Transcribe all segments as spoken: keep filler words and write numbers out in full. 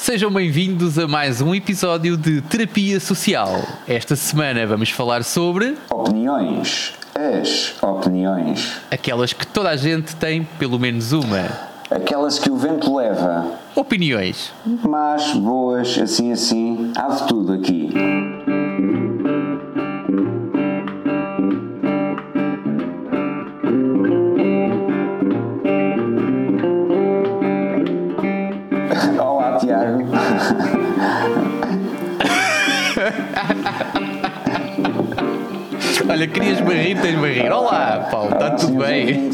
Sejam bem-vindos a mais um episódio de Terapia Social. Esta semana vamos falar sobre... Opiniões. As opiniões. Aquelas que toda a gente tem pelo menos uma. Aquelas que o vento leva. Opiniões. Mas boas, assim assim, há de tudo aqui. Olá, Tiago. Olha, querias-me rir, tens-me a rir. Olá, Paulo, está tudo bem?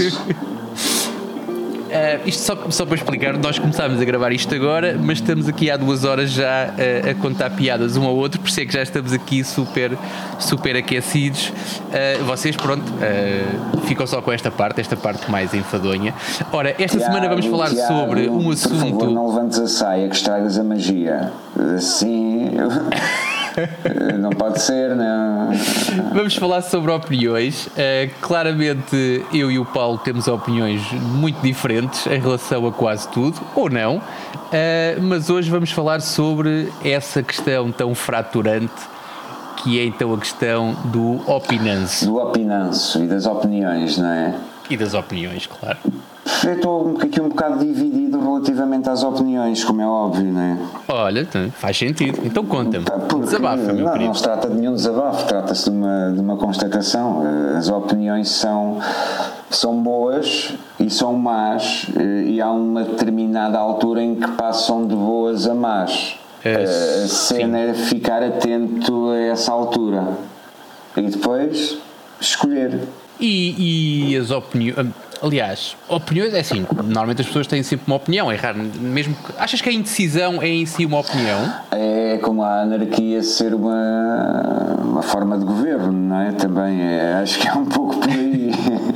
Uh, isto só, só para explicar, nós começámos a gravar isto agora, mas estamos aqui há duas horas já uh, a contar piadas um ao outro, por isso é que já estamos aqui super, super aquecidos. Uh, vocês, pronto, uh, ficam só com esta parte, esta parte mais enfadonha. Ora, esta Tiago, semana vamos falar Tiago, sobre um assunto... Por favor, não levantes a saia que estragas a magia. Assim... Não pode ser, não. Vamos falar sobre opiniões. Uh, claramente eu e o Paulo temos opiniões muito diferentes em relação a quase tudo, ou não, uh, mas hoje vamos falar sobre essa questão tão fraturante que é então a questão do opinanço. Do opinanço e das opiniões, não é? E das opiniões, claro. Eu estou aqui um bocado dividido relativamente às opiniões, como é óbvio, não é? Olha, faz sentido. Então conta-me. Desabafa, meu não, querido. Não se trata de nenhum desabafo, trata-se de uma, de uma constatação. As opiniões são, são boas e são más, e há uma determinada altura em que passam de boas a más. É, a cena é ficar atento a essa altura e depois escolher. E, e as opiniões... Aliás, opiniões é assim, normalmente as pessoas têm sempre uma opinião, é raro, mesmo que, achas que a indecisão é em si uma opinião? É como a anarquia ser uma, uma forma de governo, não é? Também é, acho que é um pouco por aí.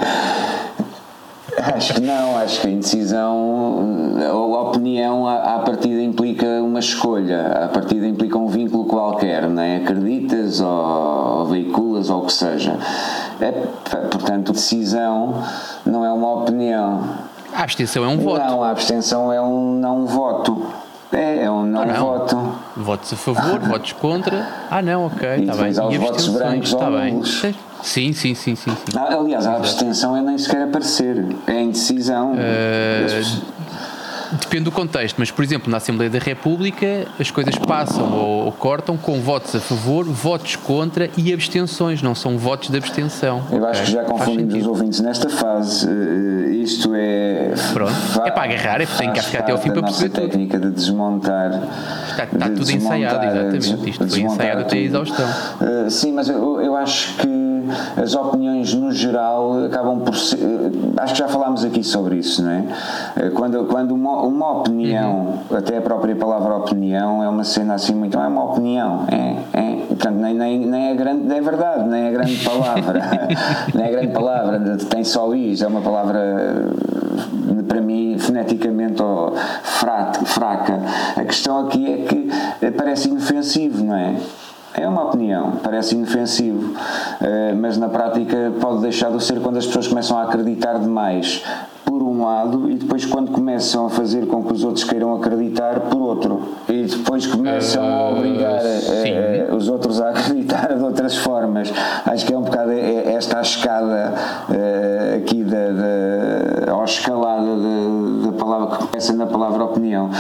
Acho que não, acho que a indecisão ou a opinião à, à partida implica uma escolha, à partida implica um vínculo qualquer, não é? Acreditas ou, ou veiculas ou o que seja. É, portanto, decisão não é uma opinião. A abstenção é um voto. Não, a abstenção é um não voto. É, é um não, não. voto. Votos a favor, votos contra. Ah, não, ok, está bem. E votos brancos está ou bem. nulos. Sim, sim, sim, sim, sim. Não, aliás, a abstenção é nem sequer aparecer. É a indecisão. Uh... Depende do contexto, mas por exemplo na Assembleia da República as coisas passam ou, ou cortam com votos a favor, votos contra e abstenções, não são votos de abstenção. Eu acho okay? que já confundimos os ouvintes nesta fase. Uh, isto é. Pronto, fa- é para agarrar, é porque tem que ficar até ao fim para perceber tudo. A técnica de desmontar. Está, está de tudo ensaiado, exatamente. Isto foi ensaiado até a exaustão. Uh, sim, mas eu, eu acho que as opiniões no geral acabam por ser. Acho que já falámos aqui sobre isso, não é? Quando, quando uma, uma opinião, uhum. até a própria palavra opinião, é uma cena assim muito. Não é uma opinião, é. é portanto, nem, nem, nem é grande. Nem é verdade, nem é grande palavra. Nem é grande palavra, tem só isso, é uma palavra. Para mim, foneticamente oh, fraca. A questão aqui é que parece inofensivo, não é? É uma opinião, parece inofensivo, mas na prática pode deixar de o ser quando as pessoas começam a acreditar demais, por um lado, e depois quando começam a fazer com que os outros queiram acreditar, por outro. E depois começam uh, a obrigar uh, os outros a acreditar de outras formas. Acho que é um bocado esta a escada uh, aqui da, da, ou escalada da, da palavra que começa na palavra opinião.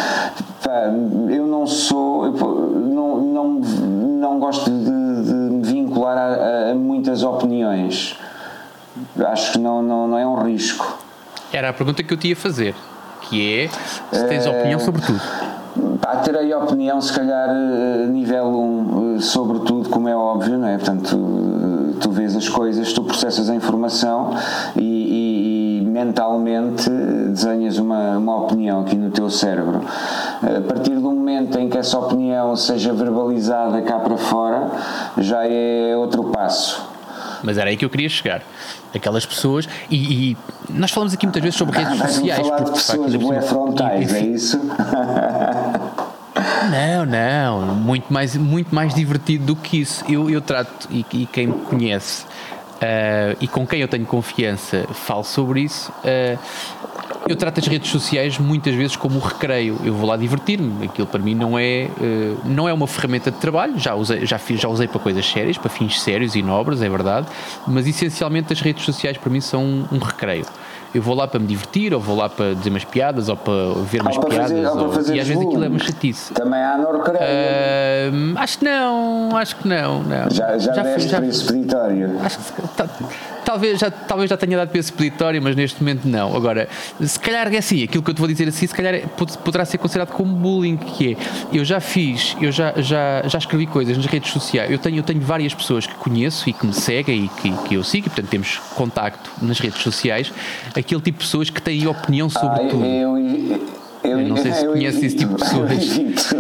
Eu não sou, eu não, não, não gosto de, de me vincular a, a muitas opiniões. Acho que não, não, não é um risco. Era a pergunta que eu te ia fazer, que é se tens é, opinião sobre tudo. Pá, terei opinião se calhar nível um sobre tudo, como é óbvio, não é? Portanto, tu vês as coisas, tu processas a informação e, e, e mentalmente desenhas uma, uma opinião aqui no teu cérebro. A partir do momento em que essa opinião seja verbalizada cá para fora, já é outro passo. Mas era aí que eu queria chegar. Aquelas pessoas, e, e nós falamos aqui muitas vezes sobre redes ah, sociais. Falar porque de pessoas bué frontais, é isso? Não, não, muito mais, muito mais divertido do que isso. Eu, eu trato, e, e quem me conhece uh, e com quem eu tenho confiança falo sobre isso, uh, eu trato as redes sociais muitas vezes como um recreio. Eu vou lá divertir-me. Aquilo para mim não é, uh, não é uma ferramenta de trabalho. Já usei, já, fiz, já usei para coisas sérias, para fins sérios e nobres, é verdade. Mas essencialmente as redes sociais para mim são um, um recreio. Eu vou lá para me divertir, ou vou lá para dizer umas piadas, ou para ver umas piadas, fazer, ou, fazer e às vezes volume. aquilo é uma chatice. Também há no recreio. Uh, acho que não, acho que não. não. Já, já, já deste para esse peditório. Acho que tá, talvez, já, talvez já tenha dado para esse peditório, mas neste momento não. Agora, se calhar é assim, aquilo que eu te vou dizer assim, se calhar é, poderá ser considerado como bullying, que é, eu já fiz, eu já, já, já escrevi coisas nas redes sociais, eu tenho, eu tenho várias pessoas que conheço e que me seguem e que, que eu sigo, e portanto temos contacto nas redes sociais, aquele tipo de pessoas que têm opinião sobre ah, tudo. Eu, eu, eu, eu não sei se eu, conhece eu, esse tipo de pessoas.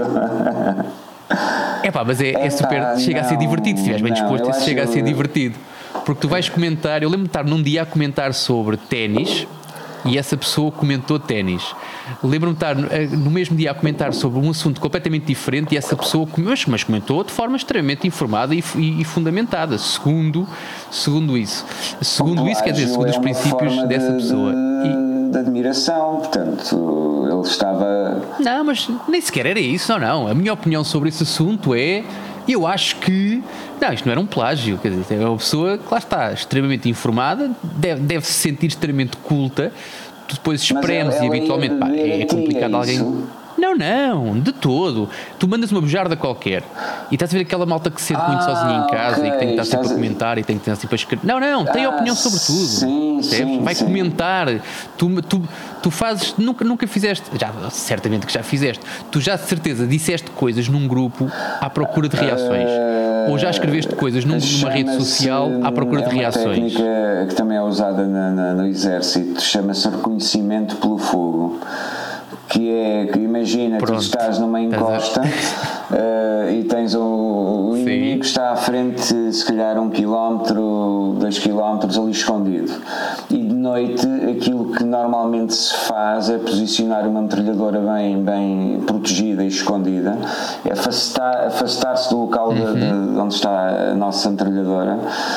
É pá, mas é, é super, chega não, a ser divertido, se estiveres bem disposto, isso chega a ser divertido. Porque tu vais comentar, eu lembro-me de estar num dia a comentar sobre ténis e essa pessoa comentou ténis. Lembro-me de estar no mesmo dia a comentar sobre um assunto completamente diferente e essa pessoa mas, mas comentou de forma extremamente informada e, e, e fundamentada, segundo, segundo isso. Segundo isso, quer dizer, segundo é os princípios de, dessa pessoa. E, de admiração, portanto, ele estava... Não, mas nem sequer era isso, não, não. A minha opinião sobre esse assunto é... Eu acho que... Não, isto não era um plágio, quer dizer, é uma pessoa que lá está, extremamente informada, deve, deve se sentir extremamente culta, tu depois espremes e habitualmente, pá, é complicado alguém... Isso? Não, não, de todo. Tu mandas uma bujarda qualquer e estás a ver aquela malta que se sente ah, muito sozinha em casa okay. e que tem que estar sempre estás a comentar e tem que estar sempre a escrever. Não, não, tem ah, opinião sobre tudo. Sim, sim, vai sim. comentar. Tu, tu, tu fazes, nunca, nunca fizeste, já, certamente que já fizeste, tu já de certeza disseste coisas num grupo à procura de reações. Uh, Ou já escreveste coisas num, numa rede social à procura é de reações. É uma técnica que também é usada na, na, no exército, chama-se reconhecimento pelo fogo. Que é, que imagina, Pronto. tu estás numa encosta uh, e tens o, o inimigo que está à frente, se calhar um quilómetro, dois quilómetros ali escondido. E de noite aquilo que normalmente se faz é posicionar uma metralhadora bem, bem protegida e escondida, é afastar, afastar-se do local uhum. de, de onde está a nossa metralhadora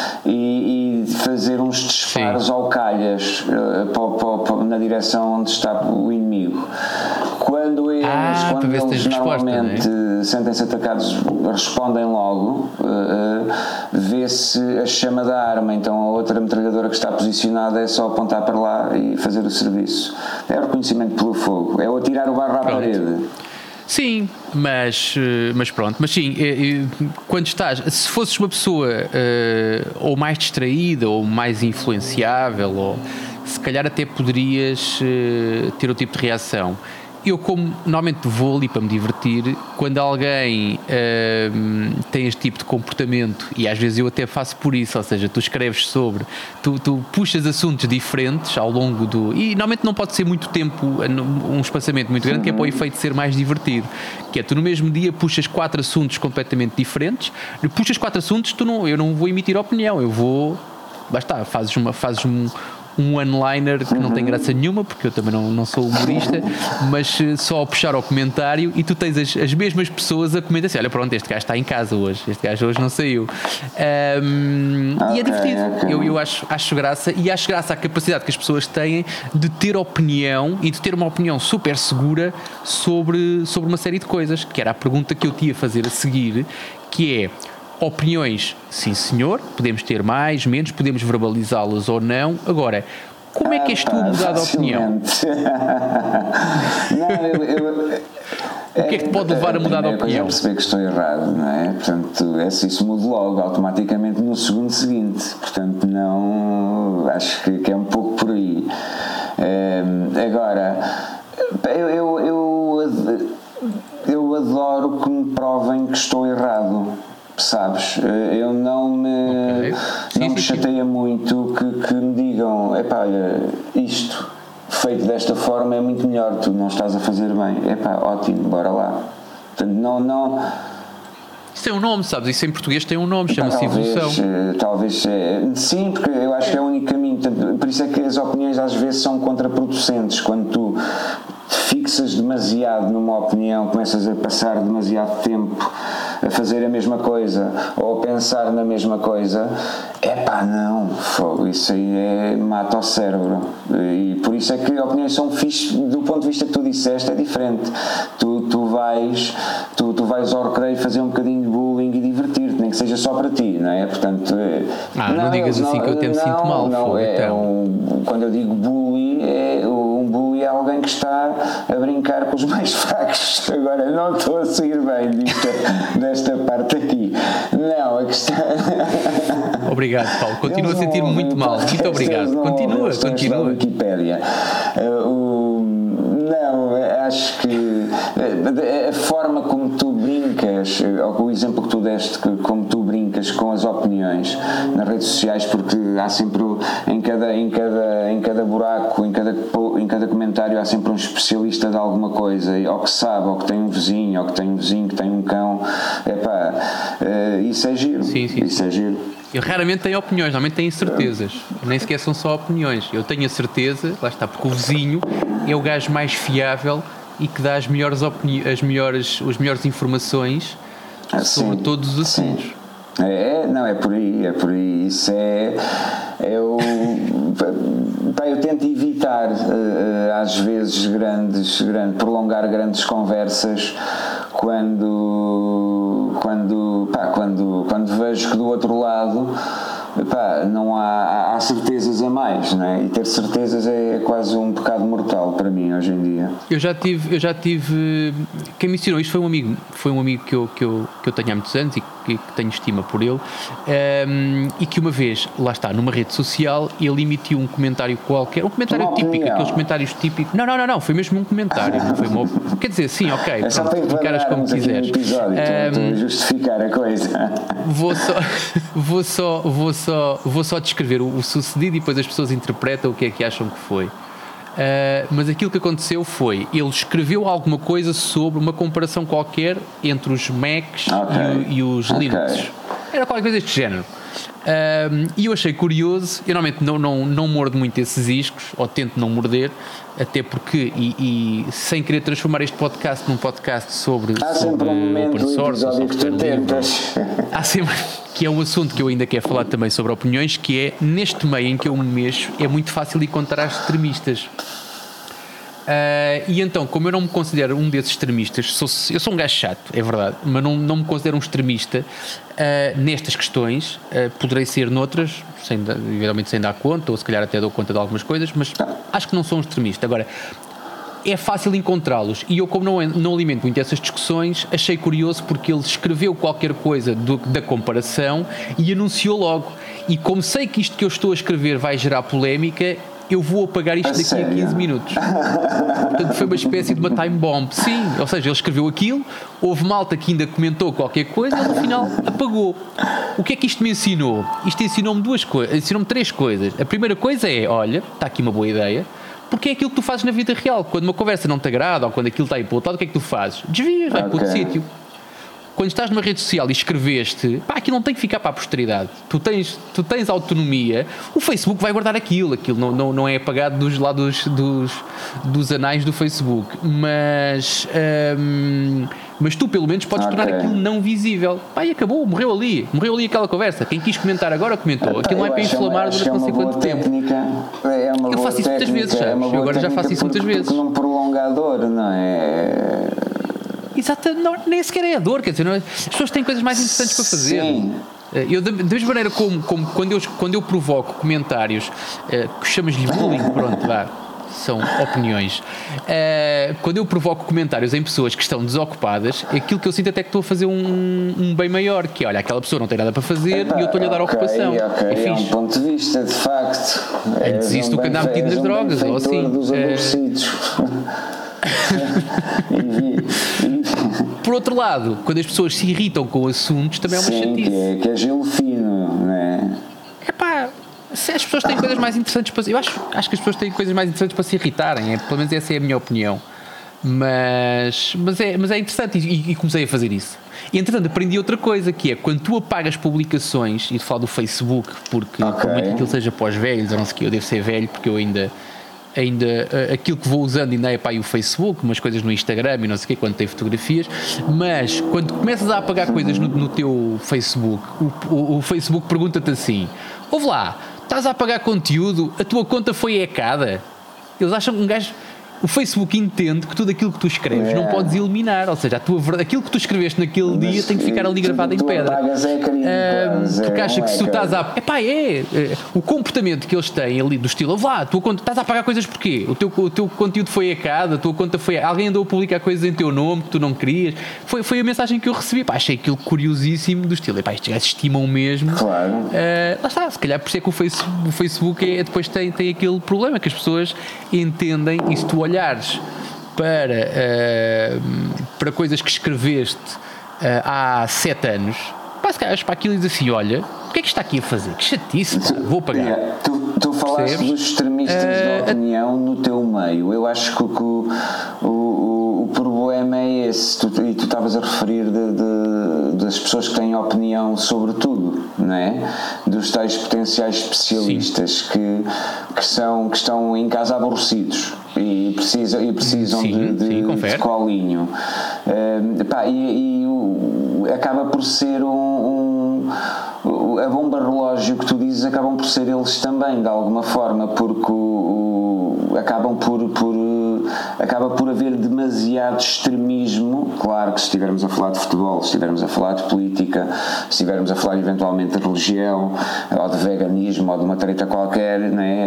e, e fazer uns disparos Sim. ao calhas uh, para, para, para, na direção onde está o inimigo. Quando eles, ah, quando eles normalmente resposta, é? sentem-se atacados, respondem logo, uh, uh, vê-se a chama da arma, então a outra metralhadora que está posicionada é só apontar para lá e fazer o serviço. É o reconhecimento pelo fogo, é o atirar o barro à Pronto. parede. Sim, mas, mas pronto, mas sim, quando estás, se fosses uma pessoa uh, ou mais distraída ou mais influenciável, ou se calhar até poderias uh, ter outro tipo de reação. Eu, como normalmente vou ali para me divertir, quando alguém uh, tem este tipo de comportamento, e às vezes eu até faço por isso, ou seja, tu escreves sobre, tu, tu puxas assuntos diferentes ao longo do... E normalmente não pode ser muito tempo, um espaçamento muito grande, que é para o efeito de ser mais divertido. Que é, tu no mesmo dia puxas quatro assuntos completamente diferentes, puxas quatro assuntos, tu não, eu não vou emitir opinião, eu vou... Basta, fazes uma... Fazes um, um one-liner que não tem graça nenhuma, porque eu também não, não sou humorista, mas só a puxar ao comentário e tu tens as, as mesmas pessoas a comentar assim, olha pronto, este gajo está em casa hoje, este gajo hoje não saiu. Um, okay, e é divertido. Okay. Eu, eu acho, acho graça e acho graça à capacidade que as pessoas têm de ter opinião e de ter uma opinião super segura sobre, sobre uma série de coisas, que era a pergunta que eu te ia fazer a seguir, que é: opiniões, sim senhor, podemos ter mais, menos, podemos verbalizá-las ou não. Agora, como é que és tu a mudar de opinião? Não, eu, eu, o que é que te pode levar a mudar de opinião? Eu perceber que estou errado, não é? Portanto, é se isso muda logo, automaticamente no segundo seguinte. Portanto, não... Acho que, que é um pouco por aí. É, agora, eu, eu, eu, eu adoro que me provem que estou errado. Sabes, eu não me, okay. sim, não me sim, chateia sim. muito que, que me digam, epá, olha, isto feito desta forma é muito melhor, tu não estás a fazer bem, epá, ótimo, bora lá. Portanto, não, não... Isso tem um nome, sabes, isso em português tem um nome, chama-se evolução. Talvez, sim, porque eu acho que é o único caminho, por isso é que as opiniões às vezes são contraproducentes, quando tu fixas demasiado numa opinião, começas a passar demasiado tempo a fazer a mesma coisa ou a pensar na mesma coisa, é pá, não, fogo, isso aí é, mata o cérebro. E por isso é que opiniões são fixe, do ponto de vista que tu disseste, é diferente. Tu, tu vais tu, tu vais ao recreio fazer um bocadinho de bullying e divertir-te, nem que seja só para ti, não é? Portanto, ah, não, não digas assim não, que eu até me não, sinto mal. Não, é, então. um, quando eu digo bullying, é, um bully é alguém que está a brincar com os mais fracos. Agora, não estou a sair bem desta, desta parte aqui. Não, a questão... Obrigado, Paulo. Continuo a sentir-me muito mal. Muito obrigado. Continua, continua. Wikipédia. Uh, o, não, acho que a forma como tu brincas, ou o exemplo que tu deste, como tu brincas com as opiniões nas redes sociais, porque há sempre em cada, em cada, em cada buraco, em cada, em cada comentário há sempre um especialista de alguma coisa, ou que sabe, ou que tem um vizinho, ou que tem um vizinho que tem um cão. Epá, isso é giro. Sim, sim. Isso é giro. Eu raramente tenho opiniões, normalmente tenho certezas. Nem sequer são só opiniões. Eu tenho a certeza, lá está, porque o vizinho é o gajo mais fiável e que dá as melhores, opini- as melhores, as melhores informações sobre sim, todos os assuntos. Sim. É, não, é por aí, é por aí. Isso é. Eu, pá, eu tento evitar, às vezes, grandes, grande, prolongar grandes conversas quando, quando, pá, quando, quando vejo que do outro lado. Epá, não há, há certezas a mais, não é? E ter certezas é quase um pecado mortal para mim hoje em dia. Eu já tive, eu já tive quem me ensinou isto foi um amigo, foi um amigo que eu, que eu, que eu tenho há muitos anos e que, que tenho estima por ele, um, e que uma vez, lá está, numa rede social, ele emitiu um comentário qualquer, um comentário uma típico, opinião. Aqueles comentários típicos. Não, não, não, não, foi mesmo um comentário, não foi uma, quer dizer, sim, ok, é só pronto, para encaras como quiseres. Episódio, um, estou a justificar a coisa. Vou só, vou só, vou só, vou só descrever o, o sucedido e depois as pessoas interpretam o que é que acham que foi. Uh, mas aquilo que aconteceu foi, ele escreveu alguma coisa sobre uma comparação qualquer entre os Macs okay. e, e os okay. Linux. Era qualquer coisa deste género. Uh, e eu achei curioso, eu normalmente não, não, não mordo muito esses iscos, ou tento não morder, até porque, e, e sem querer transformar este podcast num podcast sobre, há sobre um open source, ou software livre, há sempre, que é um assunto que eu ainda quero falar também sobre opiniões, que é, neste meio em que eu me mexo, é muito fácil encontrar extremistas. Uh, e então, como eu não me considero um desses extremistas, sou, eu sou um gajo chato, é verdade, mas não, não me considero um extremista uh, nestas questões, uh, poderei ser noutras, sem, eventualmente sem dar conta, ou se calhar até dou conta de algumas coisas, mas acho que não sou um extremista. Agora, é fácil encontrá-los, e eu, como não, não alimento muito essas discussões, achei curioso porque ele escreveu qualquer coisa do, da comparação e anunciou logo, e como sei que isto que eu estou a escrever vai gerar polémica, eu vou apagar isto a daqui sério? a quinze minutos. Portanto, foi uma espécie de uma time bomb. Sim, ou seja, ele escreveu aquilo, houve malta que ainda comentou qualquer coisa e no final apagou. O que é que isto me ensinou? Isto ensinou-me duas coisas, ensinou-me três coisas. A primeira coisa é, olha, está aqui uma boa ideia, porque é aquilo que tu fazes na vida real. Quando uma conversa não te agrada ou quando aquilo está aí para o outro lado, o que é que tu fazes? Desvias, vai okay. para outro sítio. Quando estás numa rede social e escreveste, pá, aquilo não tem que ficar para a posteridade. Tu tens, tu tens autonomia, o Facebook vai guardar aquilo, aquilo não, não, não é apagado dos lados dos, dos anais do Facebook, mas, hum, mas tu pelo menos podes okay. tornar aquilo não visível. Pá, e acabou, morreu ali, morreu ali aquela conversa. Quem quis comentar agora, comentou. Aquilo não é para inflamar durante não sei quanto tempo. É uma eu faço isso muitas vezes, sabes? É eu agora já faço isso muitas vezes. Num prolongador, não é? Exato, não, nem sequer é a dor, quer dizer, não é? As pessoas têm coisas mais interessantes para fazer. Sim. Eu, da, da mesma maneira como, como quando, eu, quando eu provoco comentários, eh, que chamas-lhe bullying, pronto, vá, são opiniões. Eh, quando eu provoco comentários em pessoas que estão desocupadas, aquilo que eu sinto até é que estou a fazer um, um bem maior, que é, olha, aquela pessoa não tem nada para fazer Epa, e eu estou-lhe a dar okay, ocupação. Okay, é, é um ponto de vista, de facto. Antes isso do que andar metido nas um drogas, ou assim. Dos aborrecidos. Por outro lado, quando as pessoas se irritam com assuntos, também é uma Sim, chatice. Que é, que é gelo fino, não é? Epá, se as pessoas têm coisas mais interessantes para... Eu acho, acho que as pessoas têm coisas mais interessantes para se irritarem, é, pelo menos essa é a minha opinião. Mas, mas, é, mas é interessante e, e comecei a fazer isso. E entretanto aprendi outra coisa, que é quando tu apagas publicações, e de falar do Facebook, porque okay. por muito que aquilo seja para os velhos, ou não sei o que, eu devo ser velho porque eu ainda... ainda uh, aquilo que vou usando ainda é pá, o Facebook, umas coisas no Instagram e não sei o quê, quando tem fotografias, mas quando começas a apagar coisas no, no teu Facebook, o, o, o Facebook pergunta-te assim: ouve lá, estás a apagar conteúdo, a tua conta foi hackada? Eles acham que um gajo... O Facebook entende que tudo aquilo que tu escreves é. não podes eliminar, ou seja, a tua, aquilo que tu escreveste naquele Mas dia tem que ficar ali gravado em pedra. É, porque acha que se tu estás a... Epá, é, é o comportamento que eles têm ali do estilo, lá, tu estás a pagar coisas porquê? O teu, o teu conteúdo foi hackado, a tua conta foi... Alguém andou a publicar coisas em teu nome que tu não querias. Foi, foi a mensagem que eu recebi. Pá, achei aquilo curiosíssimo do estilo. Epá, estes gajos estimam mesmo. Claro. Uh, lá está, se calhar por isso é que o Facebook, o Facebook é, depois tem, tem aquele problema que as pessoas entendem, e se tu olhas olhares para, uh, para coisas que escreveste uh, há sete anos, pá, se calhar para aquilo e diz assim: olha, o que é que está aqui a fazer? Que chatice, pá, vou pagar. Yeah. Tu, tu falaste Percebes? dos extremistas uh, da opinião no teu meio. Eu acho que o, o, o, o problema é esse, tu, e tu estavas a referir de, de, das pessoas que têm opinião sobre tudo, não é? Dos tais potenciais especialistas que, que, são, que estão em casa aborrecidos e precisam, e precisam sim, de, de, sim, de colinho. Uh, pá, e, e o, acaba por ser um, um, a bomba relógio que tu dizes, acabam por ser eles também, de alguma forma, porque o, o, acabam por, por acaba por haver demasiado extremismo. Claro que se estivermos a falar de futebol, se estivermos a falar de política, se estivermos a falar eventualmente de religião ou de veganismo ou de uma treta qualquer, né?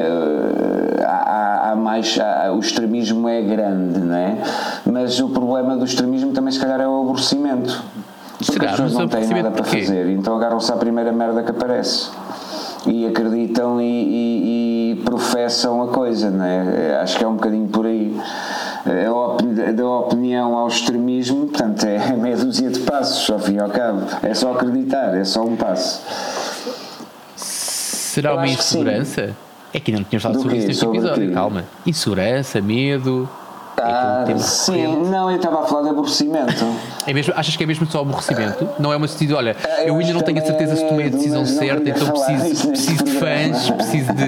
há, há mais há, o extremismo é grande, né? Mas o problema do extremismo também se calhar é o aborrecimento, porque Será? as pessoas não têm nada para fazer, então agarram-se à primeira merda que aparece e acreditam e, e, e professam a coisa, não é? Acho que é um bocadinho por aí. Da opinião ao extremismo, portanto, é meia dúzia de passos, ao fim e ao cabo. É só acreditar, é só um passo. Será Eu uma insegurança? É que não tínhamos falado sobre isso neste episódio, calma. Insegurança, medo. Ah, é sim, não, eu estava a falar de aborrecimento. É mesmo, achas que é mesmo só aborrecimento? Não é uma sentido, olha, eu, eu ainda não tenho a certeza se tomei a decisão certa, então preciso, preciso de fãs, preciso de.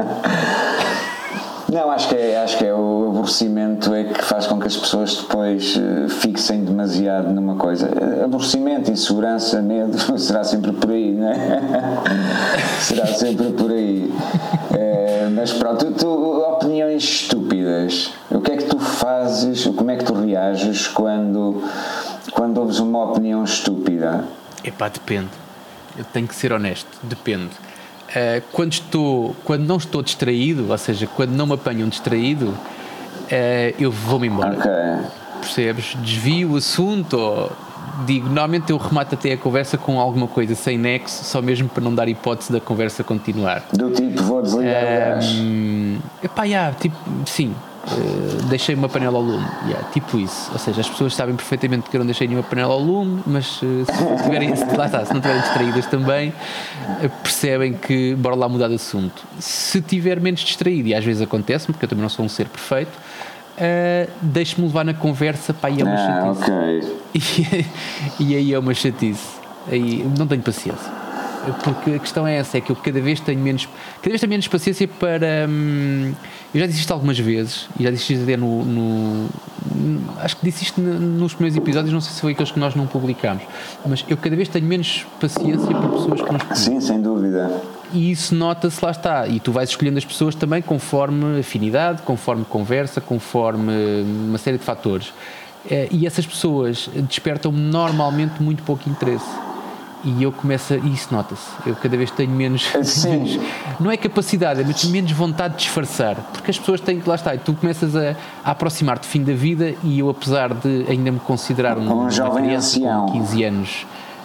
Não, acho que, é, acho que é o aborrecimento é que faz com que as pessoas depois uh, fixem demasiado numa coisa. Aborrecimento, insegurança, medo, será sempre por aí, não é? Será sempre por aí. É, mas pronto, tu, tu, opiniões estúpidas. O que é que tu fazes, como é que tu reages quando, quando ouves uma opinião estúpida? Epá, depende. Eu tenho que ser honesto, depende. Uh, quando, estou, quando não estou distraído, ou seja, quando não me apanham distraído, uh, eu vou-me embora. Okay. Percebes? Desvio o assunto, ou digo, normalmente eu remato até a conversa com alguma coisa sem nexo, só mesmo para não dar hipótese da conversa continuar. Do tipo, vou desligar uh, o gás. Epá, yeah, tipo, sim. Uh, deixei uma panela ao lume, yeah, tipo isso. Ou seja, as pessoas sabem perfeitamente que eu não deixei nenhuma panela ao lume, mas uh, se, tiverem, se, lá está, se não estiverem distraídas também, uh, percebem que bora lá mudar de assunto. Se estiver menos distraído, e às vezes acontece-me, porque eu também não sou um ser perfeito, uh, deixe-me levar na conversa, pá, e é uma ah, chatice. Okay. E, e aí é uma chatice. Aí não tenho paciência. Porque a questão é essa, é que eu cada vez tenho menos cada vez tenho menos paciência para hum, eu já disse isto algumas vezes e já disse isto até no, no, no acho que disse isto nos primeiros episódios, não sei se foi aqueles que nós não publicámos, mas eu cada vez tenho menos paciência para pessoas que nos publicam. Sim, sem dúvida. E isso nota-se, lá está, e tu vais escolhendo as pessoas também conforme afinidade, conforme conversa, conforme uma série de fatores, e essas pessoas despertam-me normalmente muito pouco interesse. E eu começo a, e isso nota-se, eu cada vez tenho menos, menos não é capacidade, mas menos vontade de disfarçar, porque as pessoas têm que, lá está, e tu começas a, a aproximar-te do fim da vida, e eu, apesar de ainda me considerar um, um jovem uma criança ancião com quinze anos,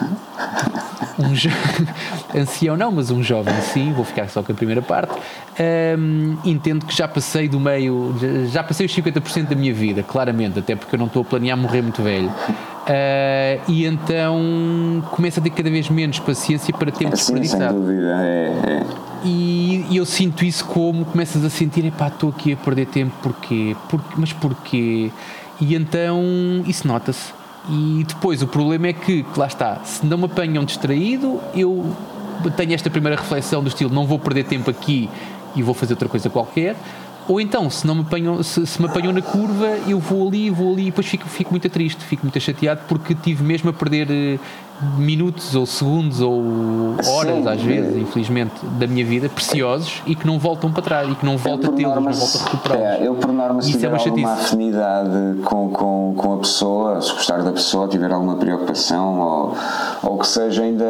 um jo... ancião não, mas um jovem sim, vou ficar só com a primeira parte, um, entendo que já passei do meio, já passei os cinquenta por cento da minha vida, claramente, até porque eu não estou a planear morrer muito velho. Uh, e então começo a ter cada vez menos paciência para tempo desperdiçado. Sem dúvida, é, é. E, e eu sinto isso como começas a sentir, epá, estou aqui a perder tempo, porquê? Por, mas porquê? E então isso nota-se. E depois o problema é que, lá está, se não me apanham distraído, eu tenho esta primeira reflexão do estilo, não vou perder tempo aqui e vou fazer outra coisa qualquer. ou então, se não me apanham, se, se me apanham na curva, eu vou ali, vou ali e depois fico, fico muito triste, fico muito chateado porque tive mesmo a perder uh, minutos ou segundos ou horas, sim, às vezes, infelizmente, da minha vida, preciosos e que não voltam para trás e que não volta a tê-los, não volta a recuperá-los. É, eu, por norma, se tiver é alguma afinidade com, com, com a pessoa, se gostar da pessoa, tiver alguma preocupação ou, ou que seja, ainda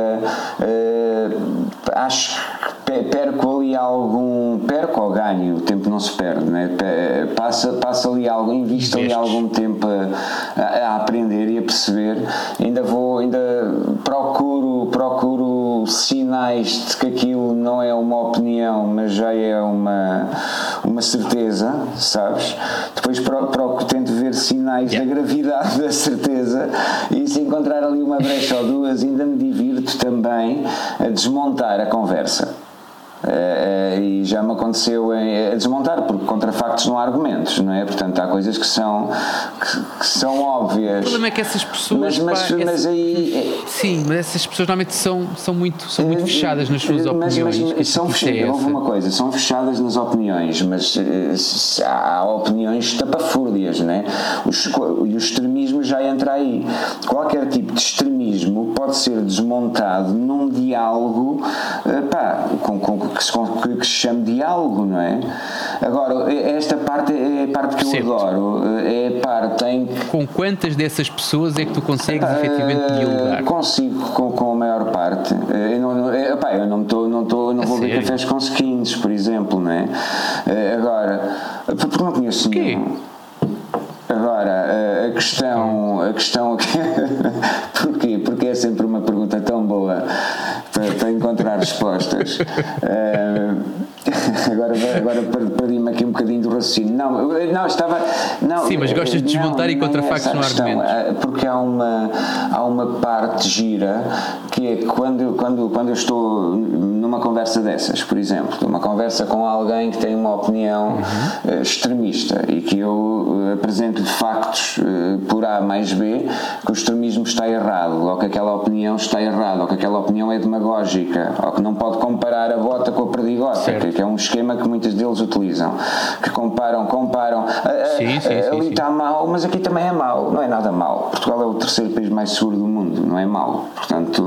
uh, acho que perco ali algum, perco ou ganho, o tempo não se perde, né? passa, passa ali algo, invisto ali algum tempo a, a, a aprender e a perceber, ainda vou, ainda procuro, procuro sinais de que aquilo não é uma opinião, mas já é uma, uma certeza, sabes? Depois procuro, tento ver sinais yeah. da gravidade da certeza e se encontrar ali uma brecha ou duas, ainda me divirto também a desmontar a conversa. Uh, e já me aconteceu em, a desmontar, porque contra factos não há argumentos, não é? Portanto, há coisas que são, que, que são óbvias. O problema é que essas pessoas. Mas, mas, pá, mas essa, aí. Sim, mas essas pessoas normalmente são, são, muito, são muito fechadas nas suas mas, opiniões. Mas, mas são fechadas, é houve uma coisa, são fechadas nas opiniões, mas uh, há opiniões tapafúrdias, não é? Os, e o extremismo já entra aí. Qualquer tipo de extremismo pode ser desmontado num diálogo, uh, pá, com, com Que se, que se chama diálogo, não é? Agora, esta parte é a parte que eu certo. adoro, é a parte em que... Com quantas dessas pessoas é que tu consegues uh, efetivamente dialogar? Consigo com, com a maior parte. Eu não, não, eu, pá, eu não, tô, não, tô, não vou ver cafés com skins, por exemplo, não é? Agora, porque não conheço nenhum. Agora, a questão, a questão porquê? Porque é sempre uma pergunta tão boa para, para encontrar respostas. Uh, agora agora perdi-me aqui um bocadinho do raciocínio. Não, não estava. Não, sim, mas gostas de desmontar e contra factos no argumento. Porque há uma, há uma parte gira que é quando, quando, quando eu estou numa conversa dessas, por exemplo, numa conversa com alguém que tem uma opinião uhum. extremista e que eu apresento de factos por A mais B que o extremismo está errado, ou que aquela opinião está errada, ou que aquela opinião é demagógica, ou que não pode comparar a bota com a perdigota, que, que é um esquema que muitos deles utilizam, que comparam, comparam sim, sim, ali sim, está sim. mau, mas aqui também é mau. Não é nada mau. Portugal é o terceiro país mais seguro do mundo, não é mau. Portanto,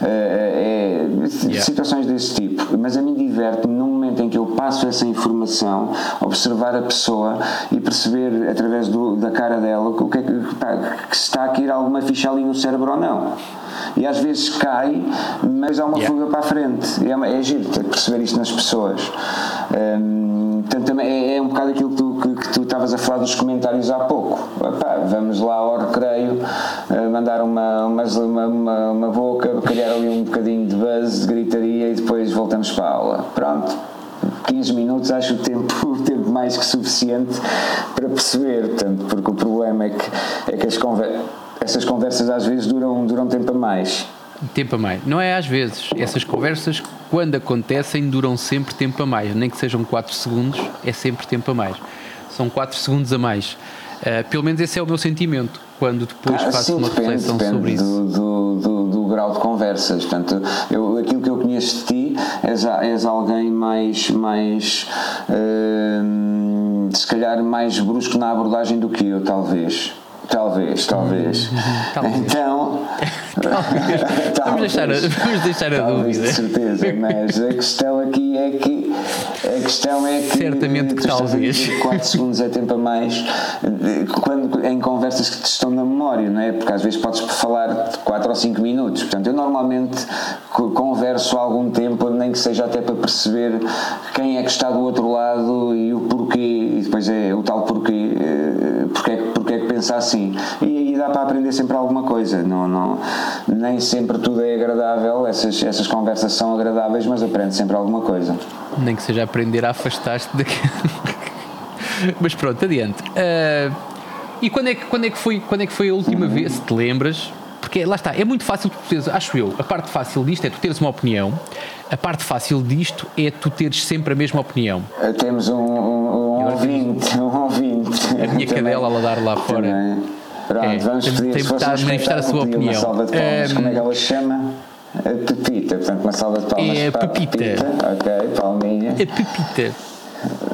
é, é yeah. situações desse tipo. Mas a mim diverte-me no momento em que eu passo essa informação, observar a pessoa e perceber através do, da cara dela o que é que, pá, que se está a cair alguma ficha ali no cérebro ou não. E às vezes cai, mas há uma yeah. fuga para a frente. É, é giro ter que perceber isto nas pessoas. Hum, portanto, também é, é um bocado aquilo que tu, que, que tu estavas a falar dos comentários há pouco. Epá, vamos lá ao recreio, mandar uma, uma, uma, uma boca, criar ali um bocadinho de buzz, de gritaria e depois voltamos para a aula. Pronto. quinze minutos acho o tempo, o tempo mais que suficiente para perceber, portanto, porque o problema é que, é que as conversas, essas conversas às vezes duram, duram tempo a mais. Tempo a mais. Não é às vezes. Essas conversas, quando acontecem, duram sempre tempo a mais. Nem que sejam quatro segundos, é sempre tempo a mais. São quatro segundos a mais. Uh, pelo menos esse é o meu sentimento, quando depois ah, faço sim, uma depende, reflexão depende sobre isso. Do, do, do, do grau de conversas. Portanto, eu, aquilo que eu conheço de ti és, és alguém mais, mais uh, se calhar mais brusco na abordagem do que eu, talvez. Talvez, talvez. talvez. Então. talvez. talvez. Vamos deixar, vamos deixar a talvez, dúvida. De certeza, mas a questão aqui é que. A questão é que. Certamente que talvez. quatro segundos é tempo a mais quando, em conversas que te estão na memória, não é? Porque às vezes podes falar quatro ou cinco minutos. Portanto, eu normalmente converso há algum tempo, nem que seja até para perceber quem é que está do outro lado e o porquê, e depois é o tal porquê, porque é, porque é que pensa assim. E aí dá para aprender sempre alguma coisa. Não, não, nem sempre tudo é agradável, essas, essas conversas são agradáveis, mas aprende sempre alguma coisa. Nem que seja aprender a afastar-te daquilo. Mas pronto, adiante. Uh, e quando é, que, quando, é que foi, quando é que foi a última uhum. vez, se te lembras? Porque lá está, é muito fácil tu teres, acho eu, a parte fácil disto é tu teres uma opinião, a parte fácil disto é tu teres sempre a mesma opinião. Temos um, um, um ouvinte, um ouvinte. A minha cadela a ladar lá fora. Também. Pronto, é, vamos pedir, tem, se fosse a manifestar a sua opinião. Uma salva de palmas, um, como é que ela se chama? A Pepita, portanto uma salva de palmas é para a Pepita. Pepita. Ok, palminha. A Pepita. Muito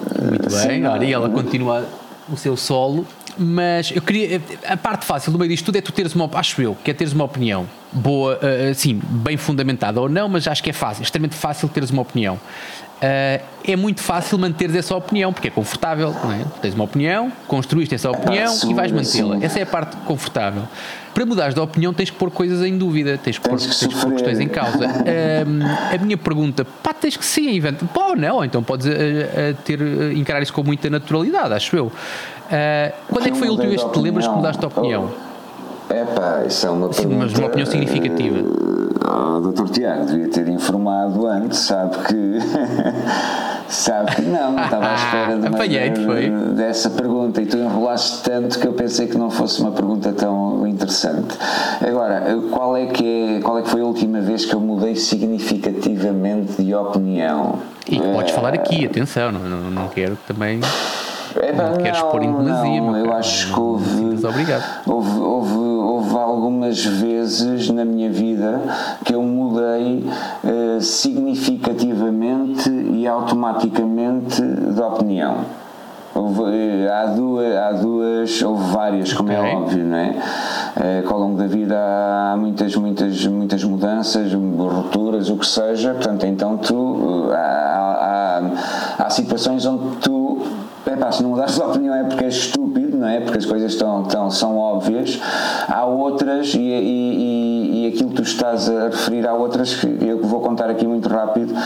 Muito bem, Sim, olha, e ela continua o seu solo. Mas eu queria. A parte fácil do meio disto tudo é tu teres uma. Acho eu, que é teres uma opinião boa, assim, bem fundamentada ou não, mas acho que é fácil, extremamente fácil teres uma opinião. Uh, é muito fácil manteres essa opinião, porque é confortável, não é? Tens uma opinião, construíste essa opinião e vais mantê-la. Essa é a parte confortável. Para mudares de opinião tens que pôr coisas em dúvida, tens que, tens pôr, que, tens que pôr questões em causa. Uh, a minha pergunta, pá, tens que sim, inventa. Pô, não, então podes uh, uh, ter, uh, encarar isso com muita naturalidade, acho eu. Uh, quando é que foi a última vez que te lembras que mudaste de opinião? É pá, isso é uma Sim, pergunta. Mas uma opinião significativa. Uh, oh, doutor Tiago, devia ter informado antes, sabe que. sabe que não, não estava à espera de uma, dessa pergunta e tu enrolaste tanto que eu pensei que não fosse uma pergunta tão interessante. Agora, qual é que, é, qual é que foi a última vez que eu mudei significativamente de opinião? E que podes uh, falar aqui, atenção, não, não, não quero também. É, não, não queres pôr em demasia, não, eu acho que houve, houve, houve, houve algumas vezes na minha vida que eu mudei uh, significativamente e automaticamente de opinião. Houve, há, duas, há duas, houve várias, como okay. é óbvio, não é? Uh, ao longo da vida há muitas, muitas, muitas mudanças, rupturas, o que seja, portanto, então tu, há, há, há situações onde tu. Epá, se não mudares de opinião é porque és estúpido, não é? Porque as coisas estão, estão, são óbvias. Há outras, e, e, e aquilo que tu estás a referir, há outras que eu vou contar aqui muito rápido.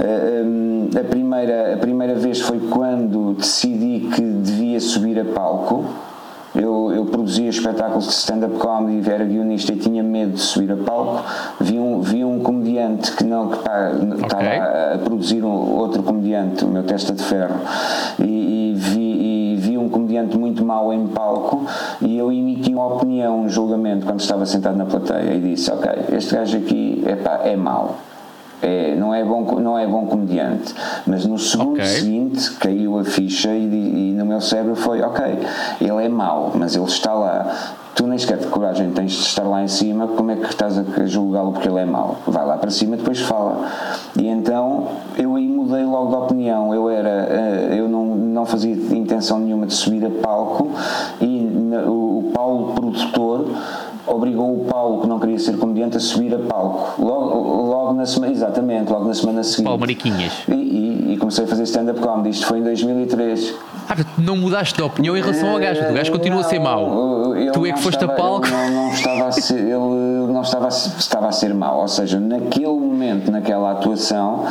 A primeira, a primeira vez foi quando decidi que devia subir a palco. Eu, eu produzia espetáculos de stand-up comedy, era guionista e tinha medo de subir a palco. Vi um, vi um comediante que não que pá, okay. estava a produzir um, outro comediante, o meu testa de ferro, e, e, vi, e vi um comediante muito mau em palco e eu emiti uma opinião, um julgamento quando estava sentado na plateia e disse, ok, este gajo aqui epá, é mau. É, não, é bom, não é bom comediante, mas no segundo okay. seguinte caiu a ficha e, e no meu cérebro foi ok, ele é mau, mas ele está lá, tu nem sequer de coragem tens de estar lá em cima, como é que estás a julgá-lo porque ele é mau? Vai lá para cima e depois fala. E então eu aí mudei logo de opinião. Eu era, eu não, não fazia intenção nenhuma de subir a palco e o Paulo produtor obrigou o Paulo, que não queria ser comediante, a subir a palco. Logo, logo na semana, exatamente, logo na semana seguinte. Paulo Mariquinhas. E, e, e comecei a fazer stand-up comedy. Isto foi em dois mil e três. Ah, não mudaste de opinião em relação ao gajo. O gajo continua não, a ser mau. Tu é que foste estava, a palco. Ele não, não estava a ser, ele não estava a, estava a ser mau. Ou seja, naquele momento, naquela atuação,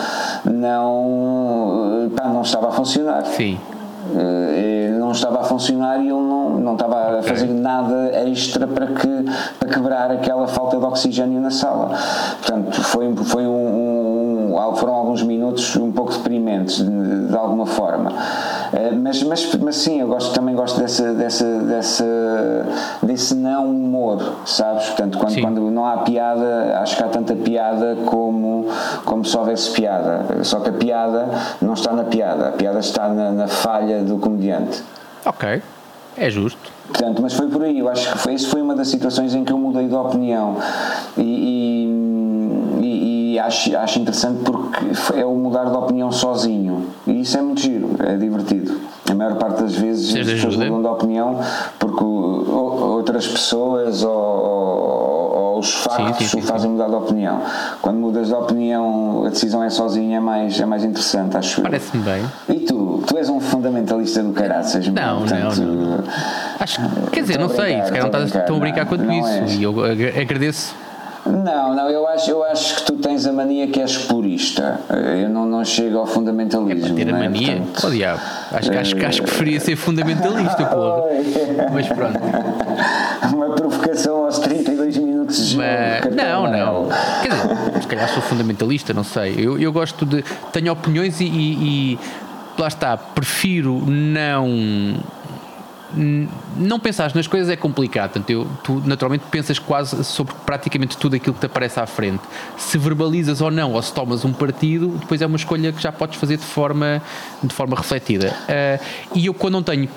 não, pá, não estava a funcionar. Sim. Uh, não estava a funcionar e ele não, não estava a fazer okay. nada extra para, que, para quebrar aquela falta de oxigênio na sala. Portanto, foi, foi um, um, foram alguns minutos um pouco deprimentes de, de alguma forma. Uh, mas, mas, mas sim, eu gosto, também gosto dessa, dessa, dessa, desse não humor, sabes? Portanto, quando, quando não há piada, acho que há tanta piada como, como se houvesse piada. Só que a piada não está na piada, a piada está na, na falha do comediante. Ok, é justo. Portanto, mas foi por aí, eu acho que foi, isso foi uma das situações em que eu mudei de opinião e, e, e, e acho, acho interessante porque é o mudar de opinião sozinho e isso é muito giro, é divertido. A maior parte das vezes as pessoas mudam de opinião porque outras pessoas ou, ou, ou os factos sim, sim, sim, o fazem mudar de opinião. Quando mudas de opinião, a decisão é sozinha, é mais, é mais interessante, acho. Parece-me bem. E tu? Tu és um fundamentalista do caraças. Não, portanto, não, não. Acho, quer dizer, não sei, se calhar não estás tão a brincar quanto isso. És. E eu agradeço. Não, não, eu acho, eu acho que tu tens a mania que és purista. Eu não, não chego ao fundamentalismo. É para ter a mania? É? Portanto, oh, diabo. Acho, acho, acho, acho que preferia ser fundamentalista, porra. Mas pronto. Uma provocação aos trinta e dois minutos de jogo. Mas, não, não. Quer dizer, se calhar sou fundamentalista, não sei. Eu, eu gosto de. Tenho opiniões e, e, e. Lá está, prefiro não. Não pensar nas coisas é complicado. Portanto, eu, tu naturalmente pensas quase sobre praticamente tudo aquilo que te aparece à frente. Se verbalizas ou não, ou se tomas um partido, depois é uma escolha que já podes fazer de forma, de forma refletida. Uh, e eu, quando não tenho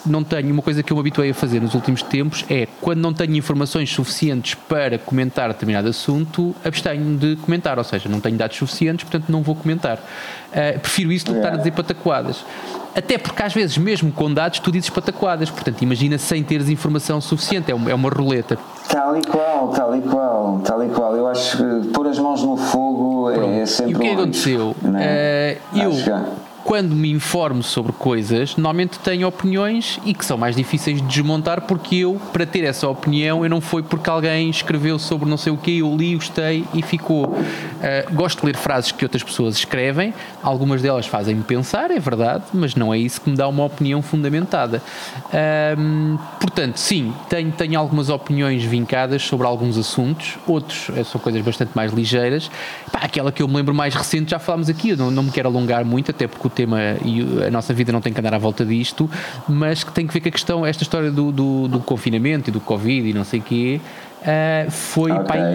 não tenho, uma coisa que eu me habituei a fazer nos últimos tempos é, quando não tenho informações suficientes para comentar determinado assunto, abstenho de comentar, ou seja, não tenho dados suficientes, portanto não vou comentar. Uh, prefiro isso do que estar a dizer pataquadas. Até porque às vezes, mesmo com dados, tu dizes pataquadas, portanto imagina sem teres informação suficiente, é uma, é uma roleta. Tal e qual, tal e qual, tal e qual. Eu acho que pôr as mãos no fogo Pronto. é sempre. E o que um aconteceu? É? Uh, eu, quando me informo sobre coisas, normalmente tenho opiniões e que são mais difíceis de desmontar, porque eu, para ter essa opinião, eu não foi porque alguém escreveu sobre não sei o quê, eu li, gostei e ficou. Uh, gosto de ler frases que outras pessoas escrevem, algumas delas fazem-me pensar, é verdade, mas não é isso que me dá uma opinião fundamentada. Uh, portanto, sim, tenho, tenho algumas opiniões vincadas sobre alguns assuntos, outros são coisas bastante mais ligeiras. Pá, aquela que eu me lembro mais recente, já falámos aqui, eu não, não me quero alongar muito, até porque o tema e a nossa vida não tem que andar à volta disto, mas que tem que ver com a questão, esta história do, do, do confinamento e do Covid e não sei o quê, uh, foi, okay. pá,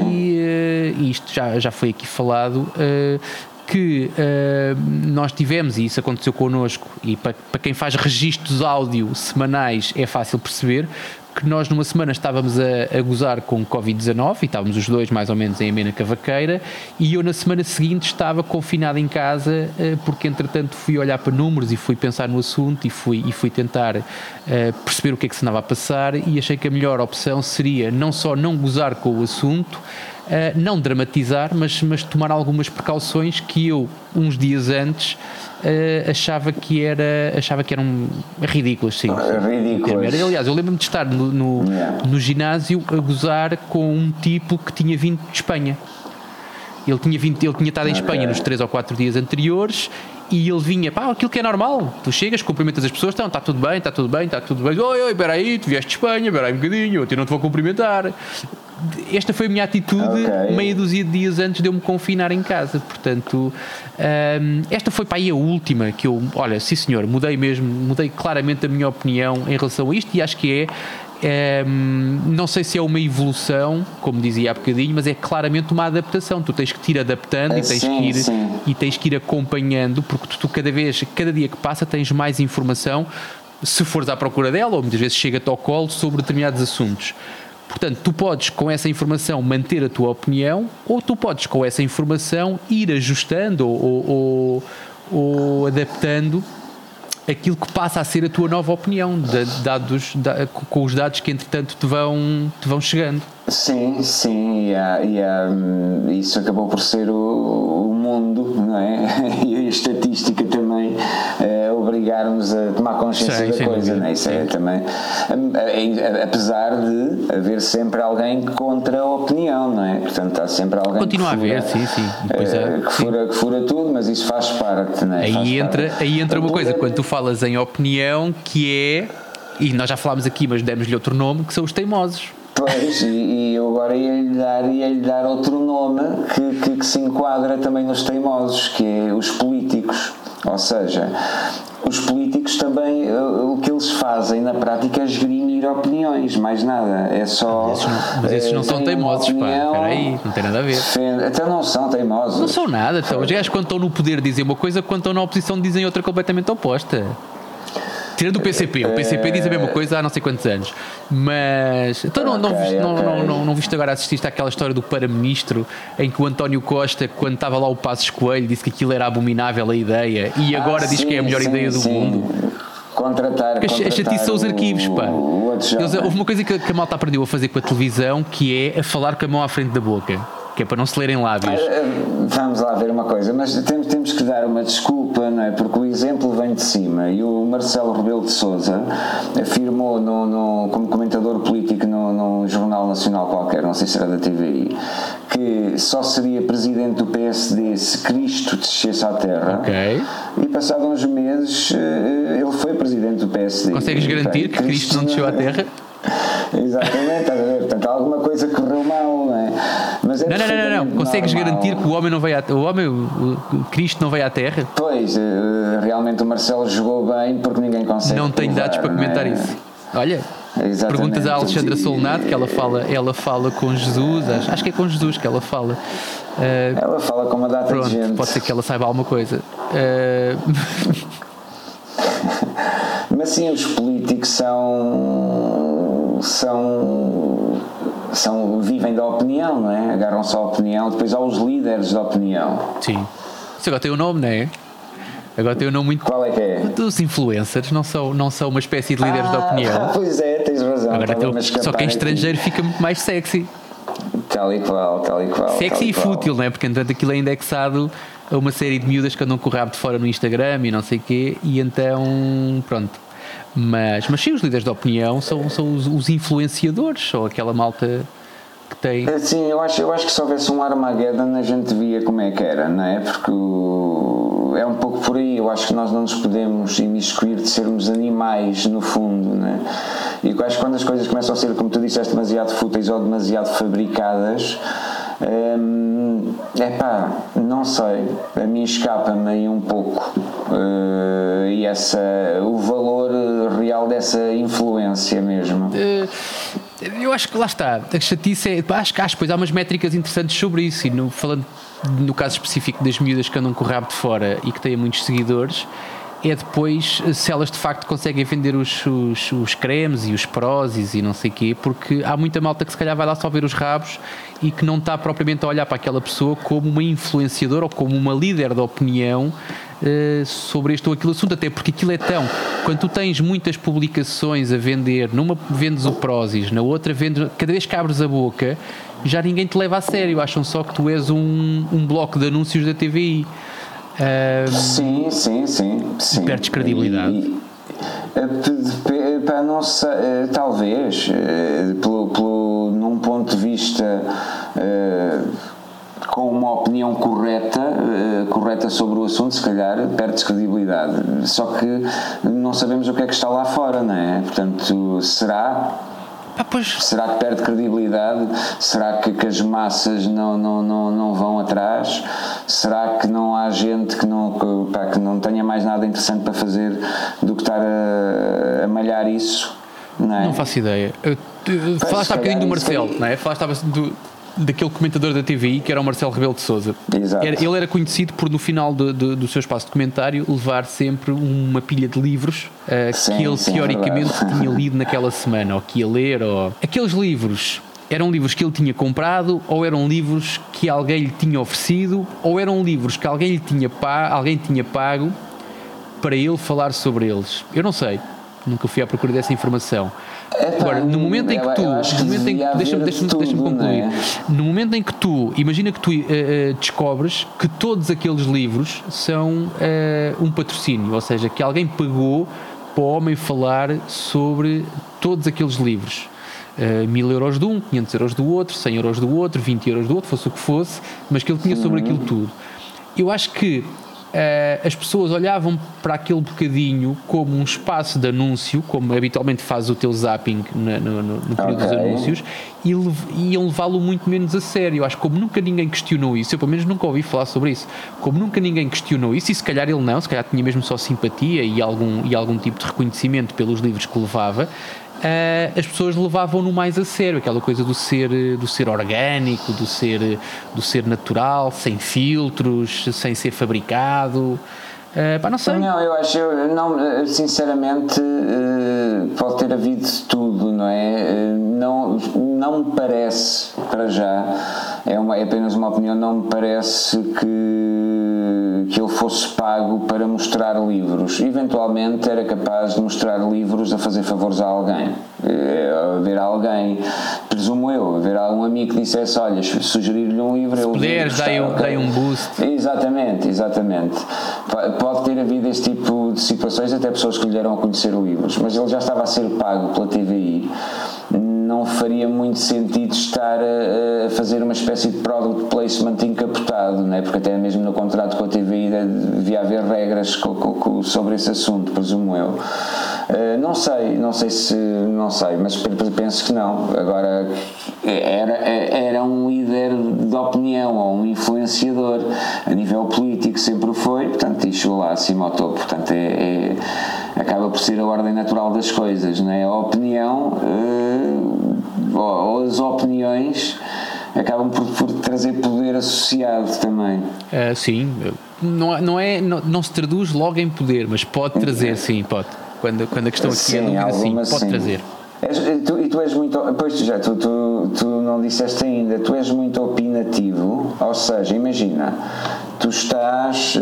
e uh, isto já, já foi aqui falado, uh, que uh, nós tivemos, e isso aconteceu connosco, e para, para quem faz registros áudio semanais é fácil perceber, que nós numa semana estávamos a, a gozar com covid dezanove e estávamos os dois mais ou menos em amena cavaqueira, e eu na semana seguinte estava confinado em casa, porque entretanto fui olhar para números e fui pensar no assunto e fui, e fui tentar uh, perceber o que é que se andava a passar, e achei que a melhor opção seria não só não gozar com o assunto, uh, não dramatizar, mas, mas tomar algumas precauções que eu, uns dias antes, Uh, achava que era achava que eram ridículas, sim, ridículas. Aliás, eu lembro-me de estar no, no, yeah. no ginásio a gozar com um tipo que tinha vindo de Espanha. Ele tinha, vindo, ele tinha estado em okay. Espanha nos três ou quatro dias anteriores, e ele vinha, pá, aquilo que é normal, tu chegas, cumprimentas as pessoas, então, está tudo bem, está tudo bem, está tudo bem, oi, oi, espera aí, tu vieste de Espanha, espera aí um bocadinho, eu não te vou cumprimentar. Esta foi a minha atitude okay. meia dúzia de dias antes de eu me confinar em casa, portanto um, esta foi para aí a última que eu, olha, sim senhor, mudei mesmo, mudei claramente a minha opinião em relação a isto, e acho que é um, não sei se é uma evolução, como dizia há bocadinho, mas é claramente uma adaptação. Tu tens que te ir adaptando é, e, tens sim, que ir, e tens que ir acompanhando, porque tu, tu cada vez, cada dia que passa tens mais informação, se fores à procura dela, ou muitas vezes chega-te ao colo sobre determinados assuntos. Portanto, tu podes com essa informação manter a tua opinião, ou tu podes com essa informação ir ajustando ou, ou, ou adaptando aquilo que passa a ser a tua nova opinião, dados, com os dados que entretanto te vão, te vão chegando. Sim, sim, e, há, e há, isso acabou por ser o, o mundo, não é? E a estatística também é, obrigar-nos a tomar consciência sim, da coisa, não é? Isso é também, apesar de haver sempre alguém contra a opinião, não é? Portanto, há sempre alguém continua que fura, a haver, sim, sim. Depois é, que, fura, que fura tudo, mas isso faz parte, não é? Aí faz entra, parte. aí entra uma coisa, quando tu falas em opinião, que é, e nós já falámos aqui, mas demos-lhe outro nome, que são os teimosos. Pois, e, e eu agora ia-lhe dar, ia-lhe dar outro nome que, que, que se enquadra também nos teimosos, que é os políticos. Ou seja, os políticos também, o que eles fazem na prática é esgrimir opiniões, mais nada, é só... Mas esses não, mas esses não são teimosos, opinião, pá, espera aí, não tem nada a ver. Defende, até não são teimosos. Não são nada, então, os gajos quando estão no poder dizem uma coisa, quando estão na oposição dizem outra completamente oposta. Tirando o P C P, o P C P diz a mesma coisa há não sei quantos anos, mas então não, não, okay, não, okay. não, não, não viste agora, assististe àquela história do para-ministro em que o António Costa, quando estava lá o Passos Coelho, disse que aquilo era abominável a ideia, e agora ah, diz sim, que é a melhor sim, ideia do sim. mundo. Contratar, contratar a chatice são os arquivos, pá. O, o Eles, houve uma coisa que, que a malta aprendeu a fazer com a televisão, que é a falar com a mão à frente da boca, que é para não se lerem lábios. Vamos lá ver uma coisa, mas temos, temos que dar uma desculpa, não é? Porque o exemplo vem de cima, e o Marcelo Rebelo de Sousa afirmou no, no, como comentador político no, no jornal nacional qualquer, não sei se era da T V I, que só seria presidente do P S D se Cristo descesse à Terra. Okay. E passados uns meses ele foi presidente do P S D. Consegues garantir que Cristo não desceu à Terra? Exatamente, estás a ver? Portanto, alguma coisa correu mal, não é? Mas é não, não, não, não, não. Consegues normal. Garantir que o homem não veio à, o homem, o Cristo não veio à Terra? Pois, realmente o Marcelo jogou bem porque ninguém consegue. Não tenho dados para comentar é? isso. Olha, exatamente. Perguntas à Alexandra Solnato, que ela fala, ela fala com Jesus, acho, acho que é com Jesus que ela fala. Uh, ela fala com uma data pronto, de gente. Pode ser que ela saiba alguma coisa. Uh, Mas Assim, os políticos são, são, são vivem da opinião, não é? Agarram-se à opinião, depois há os líderes da opinião. Sim. Isso agora tem um nome, não é? Agora tem um nome muito... Qual é que é? Dos influencers, não são, não são uma espécie de líderes ah, da opinião. Pois é, tens razão. Agora tem, só que em estrangeiro aqui fica muito mais sexy. Tal e qual, tal e qual. Sexy e qual. fútil, não é? Porque entretanto aquilo é indexado a uma série de miúdas que andam com o rabo de fora no Instagram e não sei o quê, e então, pronto. Mas, mas sim, os líderes da opinião são, são os, os influenciadores, ou aquela malta que tem... Sim, eu acho, eu acho que se houvesse um Armageddon a gente via como é que era, não é? Porque o, é um pouco por aí, eu acho que nós não nos podemos imiscuir de sermos animais no fundo, não é? E eu acho que quando as coisas começam a ser, como tu disseste, demasiado fúteis ou demasiado fabricadas, hum, epá, não sei, a mim escapa-me aí um pouco uh, e essa, o valor real dessa influência mesmo. Uh, eu acho que lá está, a chatice é, acho que acho, pois há umas métricas interessantes sobre isso, e no, falando no caso específico das miúdas que andam com o rabo de fora e que têm muitos seguidores, é depois se elas de facto conseguem vender os, os, os cremes e os prósis e não sei o quê, porque há muita malta que se calhar vai lá só ver os rabos e que não está propriamente a olhar para aquela pessoa como uma influenciadora ou como uma líder de opinião uh, sobre este ou aquele assunto, até porque aquilo é tão... Quando tu tens muitas publicações a vender, numa vendes o prósis, na outra vendes... Cada vez que abres a boca, já ninguém te leva a sério, acham só que tu és um, um bloco de anúncios da T V I. Uh, sim, sim, sim, sim. Perdes credibilidade. E, e, para não sei, talvez, pelo, pelo, num ponto de vista com uma opinião correta, correta sobre o assunto, se calhar perdes credibilidade. Só que não sabemos o que é que está lá fora, não é? Portanto, será... Ah, pois. Será que perde credibilidade? Será que, que as massas não, não, não, não vão atrás? Será que não há gente que não, que, pá, que não tenha mais nada interessante para fazer do que estar a, a malhar isso? Não é? Não faço ideia. Eu, tu, falaste há bocadinho do Marcelo, não é? Falaste do, daquele comentador da T V I que era o Marcelo Rebelo de Sousa. Exato. Era, ele era conhecido por, no final de, de, do seu espaço de comentário, levar sempre uma pilha de livros uh, sim, que ele sim, teoricamente é tinha lido naquela semana, ou que ia ler, ou... Aqueles livros eram livros que ele tinha comprado, ou eram livros que alguém lhe tinha oferecido, ou eram livros que alguém lhe tinha pago, alguém tinha pago para ele falar sobre eles. Eu não sei, nunca fui à procura dessa informação. Agora, no momento em que tu, no momento em que, deixa-me, deixa-me, deixa-me concluir, é? no momento em que tu, imagina que tu uh, uh, descobres que todos aqueles livros são uh, um patrocínio, ou seja, que alguém pagou para o homem falar sobre todos aqueles livros. Uh, mil euros de um, quinhentos euros do outro, cem euros do outro, vinte euros do outro, fosse o que fosse, mas que ele tinha sobre aquilo tudo. Eu acho que Uh, as pessoas olhavam para aquele bocadinho como um espaço de anúncio, como habitualmente faz o teu zapping no, no, no período okay. dos anúncios, e lev- iam levá-lo muito menos a sério. Eu acho que como nunca ninguém questionou isso, eu pelo menos nunca ouvi falar sobre isso, como nunca ninguém questionou isso, e se calhar ele não, se calhar tinha mesmo só simpatia e algum, e algum tipo de reconhecimento pelos livros que levava, Uh, as pessoas levavam-no mais a sério, aquela coisa do ser, do ser orgânico, do ser, do ser natural, sem filtros, sem ser fabricado. Uh, pá, não sei. Não, eu acho, eu, não, sinceramente, uh, pode ter havido tudo, não é? Uh, não, não me parece, para já, é, uma, é apenas uma opinião, não me parece que, que ele fosse pago para mostrar livros. Eventualmente era capaz de mostrar livros a fazer favores a alguém. Uh, a ver alguém, presumo eu, a ver algum amigo que dissesse, olha, sugerir-lhe um livro, se eu puderes, dai um, okay. um boost. Exatamente, exatamente. Pode ter havido esse tipo de situações, até pessoas que lhe deram a conhecer livros, mas ele já estava a ser pago pela T V I. Não faria muito sentido estar a, a fazer uma espécie de product placement encapotado, não é? Porque até mesmo no contrato com a T V I devia haver regras co, co, co, sobre esse assunto, presumo eu. Uh, não sei, não sei se, não sei, mas penso que não. Agora, era, era um líder de opinião ou um influenciador a nível político, sempre foi, portanto, e chegou lá acima ao topo, portanto, é, é, acaba por ser a ordem natural das coisas, não é? A opinião, uh, ou, ou as opiniões acabam por, por trazer poder associado também. Uh, sim, não, não, é, não, não se traduz logo em poder, mas pode trazer, sim, pode. quando, quando a questão aqui sim, é dúvida, sim, pode sim. trazer. És, tu, e tu és muito, pois tu já, tu, tu, tu não disseste ainda, tu és muito opinativo, ou seja, imagina, tu estás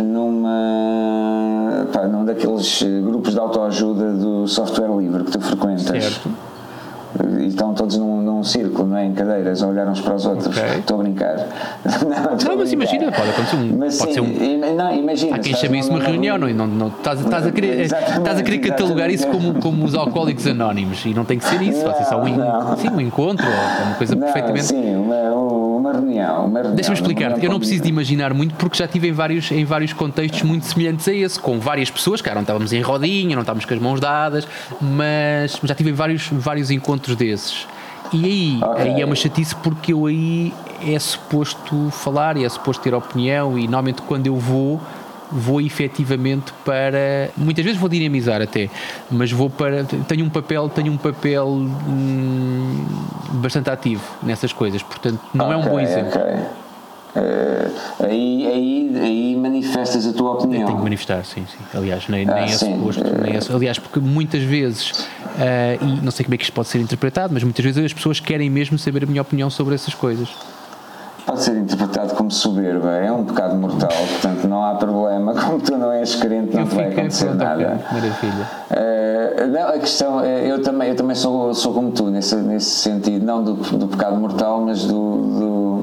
numa, pá, num daqueles grupos de autoajuda do software livre que tu frequentas. Certo. E estão todos num, num círculo, não é? Em cadeiras, a olhar uns para os outros. Okay. Estou a brincar. Não, não mas imagina, pode acontecer um. Mas, pode sim, ser um não, imagina, há quem chame isso uma reunião, não, não, não, estás, estás, a querer, estás a querer catalogar isso como, como os alcoólicos anónimos e não tem que ser isso, não, só um, sim, um encontro ou uma coisa não, perfeitamente. Sim, uma, uma reunião. Uma reunião Deixa-me explicar, eu não preciso de imaginar muito porque já estive em vários, em vários contextos muito semelhantes a esse, com várias pessoas, claro, não estávamos em rodinha, não estávamos com as mãos dadas, mas já tive em vários, vários encontros desses. E aí, okay. aí é uma chatice porque eu aí é suposto falar e é suposto ter opinião e normalmente quando eu vou, vou efetivamente para, muitas vezes vou dinamizar até, mas vou para, tenho um papel, tenho um papel hum, bastante ativo nessas coisas, portanto não okay, é um bom exemplo. Okay. Uh, aí, aí, aí manifestas a tua opinião. Eu tenho que manifestar, sim, sim. Aliás, nem, nem ah, é suposto. Nem é, aliás, porque muitas vezes, uh, e não sei como é que isto pode ser interpretado, mas muitas vezes as pessoas querem mesmo saber a minha opinião sobre essas coisas. Pode ser interpretado como soberba, é um pecado mortal, portanto não há problema, como tu não és crente não te vai acontecer pronto, nada. Okay. Maravilha. Uh, não, a questão, eu também, eu também sou, sou como tu, nesse, nesse sentido, não do, do pecado mortal, mas do... do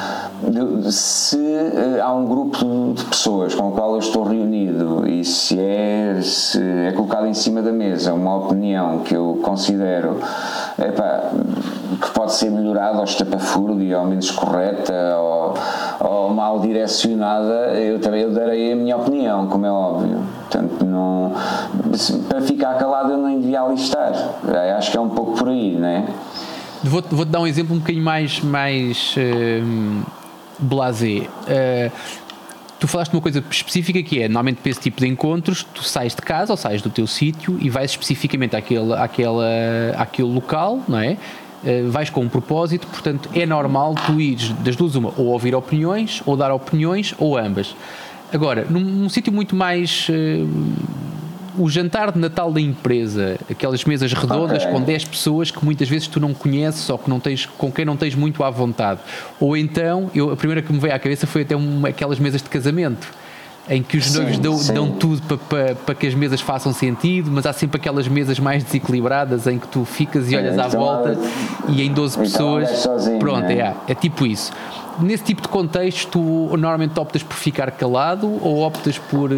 se uh, há um grupo de pessoas com o qual eu estou reunido e se é, se é colocado em cima da mesa uma opinião que eu considero epá, que pode ser melhorada ou estapafúrdia ou menos correta ou, ou mal direcionada, eu também eu darei a minha opinião, como é óbvio. Portanto, não, para ficar calado eu não devia ali estar. Acho que é um pouco por aí, não é? Vou-te, vou-te dar um exemplo um bocadinho mais, mais uh, blasé. Uh, tu falaste de uma coisa específica que é, normalmente para esse tipo de encontros, tu sais de casa ou sais do teu sítio e vais especificamente àquele, àquela, àquele local, não é? Uh, vais com um propósito, portanto é normal tu ires das duas uma, ou ouvir opiniões, ou dar opiniões, ou ambas. Agora, num, num sítio muito mais... Uh, o jantar de Natal da empresa, aquelas mesas redondas okay. com dez pessoas que muitas vezes tu não conheces ou que não tens, com quem não tens muito à vontade. Ou então, eu, a primeira que me veio à cabeça foi até uma, aquelas mesas de casamento, em que os sim, noivos dão, dão tudo para, para, para que as mesas façam sentido, mas há sempre aquelas mesas mais desequilibradas em que tu ficas e olhas é, à então, volta é, e em doze pessoas... Sozinho, pronto, é. É, é tipo isso. Nesse tipo de contexto, tu normalmente optas por ficar calado ou optas por...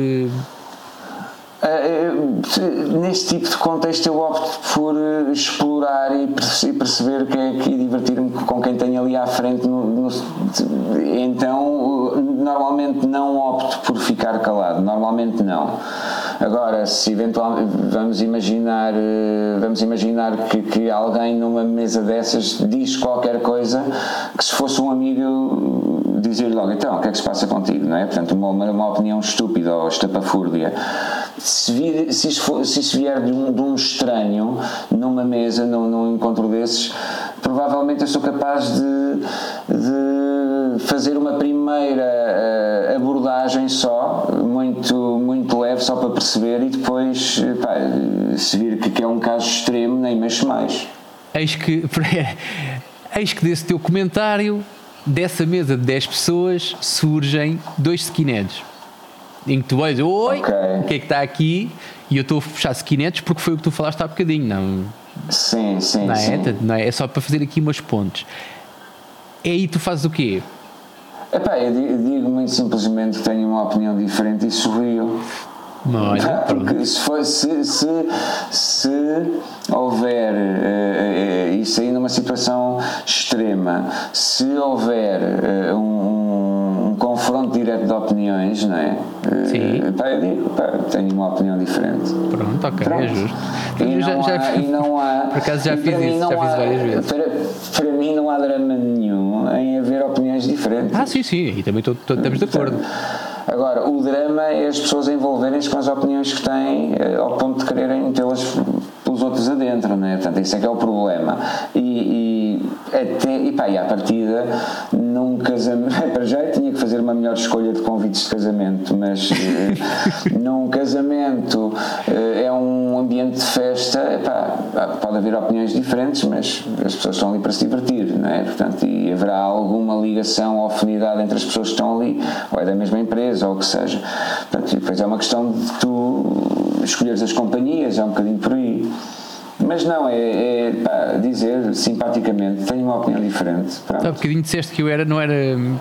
Uh, neste tipo de contexto eu opto por uh, explorar e, perce- e perceber que é que divertir-me com quem tenho ali à frente no, no, então uh, normalmente não opto por ficar calado, normalmente não. Agora, se eventualmente vamos imaginar uh, vamos imaginar que, que alguém numa mesa dessas diz qualquer coisa que se fosse um amigo eu dizer logo, então, o que é que se passa contigo, não é? Portanto, uma, uma opinião estúpida ou estapafúrdia. Se, vir, se, isso for, se isso vier de um, de um estranho numa mesa, num, num encontro desses, provavelmente eu sou capaz de, de fazer uma primeira uh, abordagem só, muito, muito leve, só para perceber e depois, pá, se vir que, que é um caso extremo, nem mexo mais. Eis que, eis que desse teu comentário, dessa mesa de dez pessoas, surgem dois skinheads. Em que tu vais, oi, okay. O que é que está aqui? E eu estou a puxar skinheads porque foi o que tu falaste há bocadinho, não? Sim, sim, não é? sim. Não é? É só para fazer aqui umas pontes. E aí tu fazes o quê? Epá, eu digo muito simplesmente que tenho uma opinião diferente e sorrio. Olha, porque se, for, se, se, se houver uh, uh, isso aí numa situação extrema, se houver uh, um, um confronto direto de opiniões, não é? Sim. Uh, pá, eu digo, pá, tenho uma opinião diferente. Pronto, ok, Pronto. É justo. E já, não, já, há, e não há. Por acaso já fiz isso, já há, fiz várias vezes. Para, para mim não há drama nenhum em haver opiniões diferentes. Ah, sim, sim, e também tô, tô, estamos de acordo. Agora, o drama é as pessoas envolverem-se com as opiniões que têm ao ponto de quererem metê-las pelos outros adentro, não é? Portanto, isso é que é o problema. E, e, até, e, pá, e à partida nunca, casamento, para já eu tinha que fazer uma melhor escolha de convites de casamento, mas num casamento é um ambiente de festa, epá, pode haver opiniões diferentes, mas as pessoas estão ali para se divertir, não é? Portanto, e haverá alguma ligação ou afinidade entre as pessoas que estão ali, ou é da mesma empresa, ou o que seja. Portanto, e depois é uma questão de tu escolheres as companhias, é um bocadinho por aí. Mas não, é, é pá, dizer simpaticamente, tenho uma opinião diferente. Pronto. Há um bocadinho disseste que eu era, não era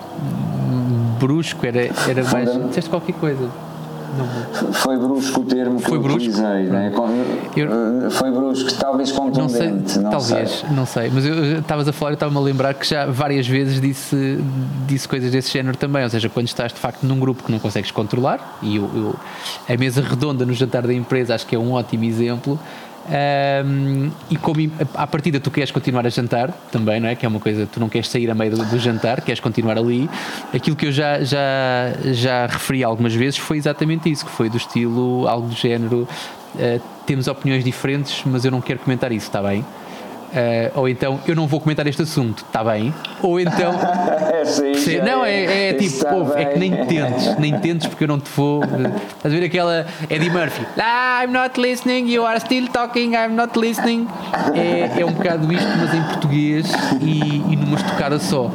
brusco, era, era mais. Disseste qualquer coisa. Não. Foi brusco o termo que foi eu brusco? utilizei, né? eu... Foi brusco, talvez contundente. Não sei, não talvez, sei. não sei. Mas eu estavas a falar e estava-me a lembrar que já várias vezes disse, disse coisas desse género também. Ou seja, quando estás de facto num grupo que não consegues controlar, e eu, eu, a mesa redonda no jantar da empresa acho que é um ótimo exemplo. Um, e como à partida tu queres continuar a jantar também, não é? Que é uma coisa, tu não queres sair a meio do, do jantar, queres continuar ali. Aquilo que eu já, já, já referi algumas vezes foi exatamente isso, que foi do estilo, algo do género, uh, temos opiniões diferentes, mas eu não quero comentar isso, está bem? Uh, ou então eu não vou comentar este assunto, está bem? Ou então Sim, não, é, é tipo, povo, é que nem tentes, nem tentes porque eu não te vou. Estás a ver aquela Eddie Murphy? Ah, I'm not listening, you are still talking, I'm not listening. É, é um bocado isto, mas em português e, e numa estocada só.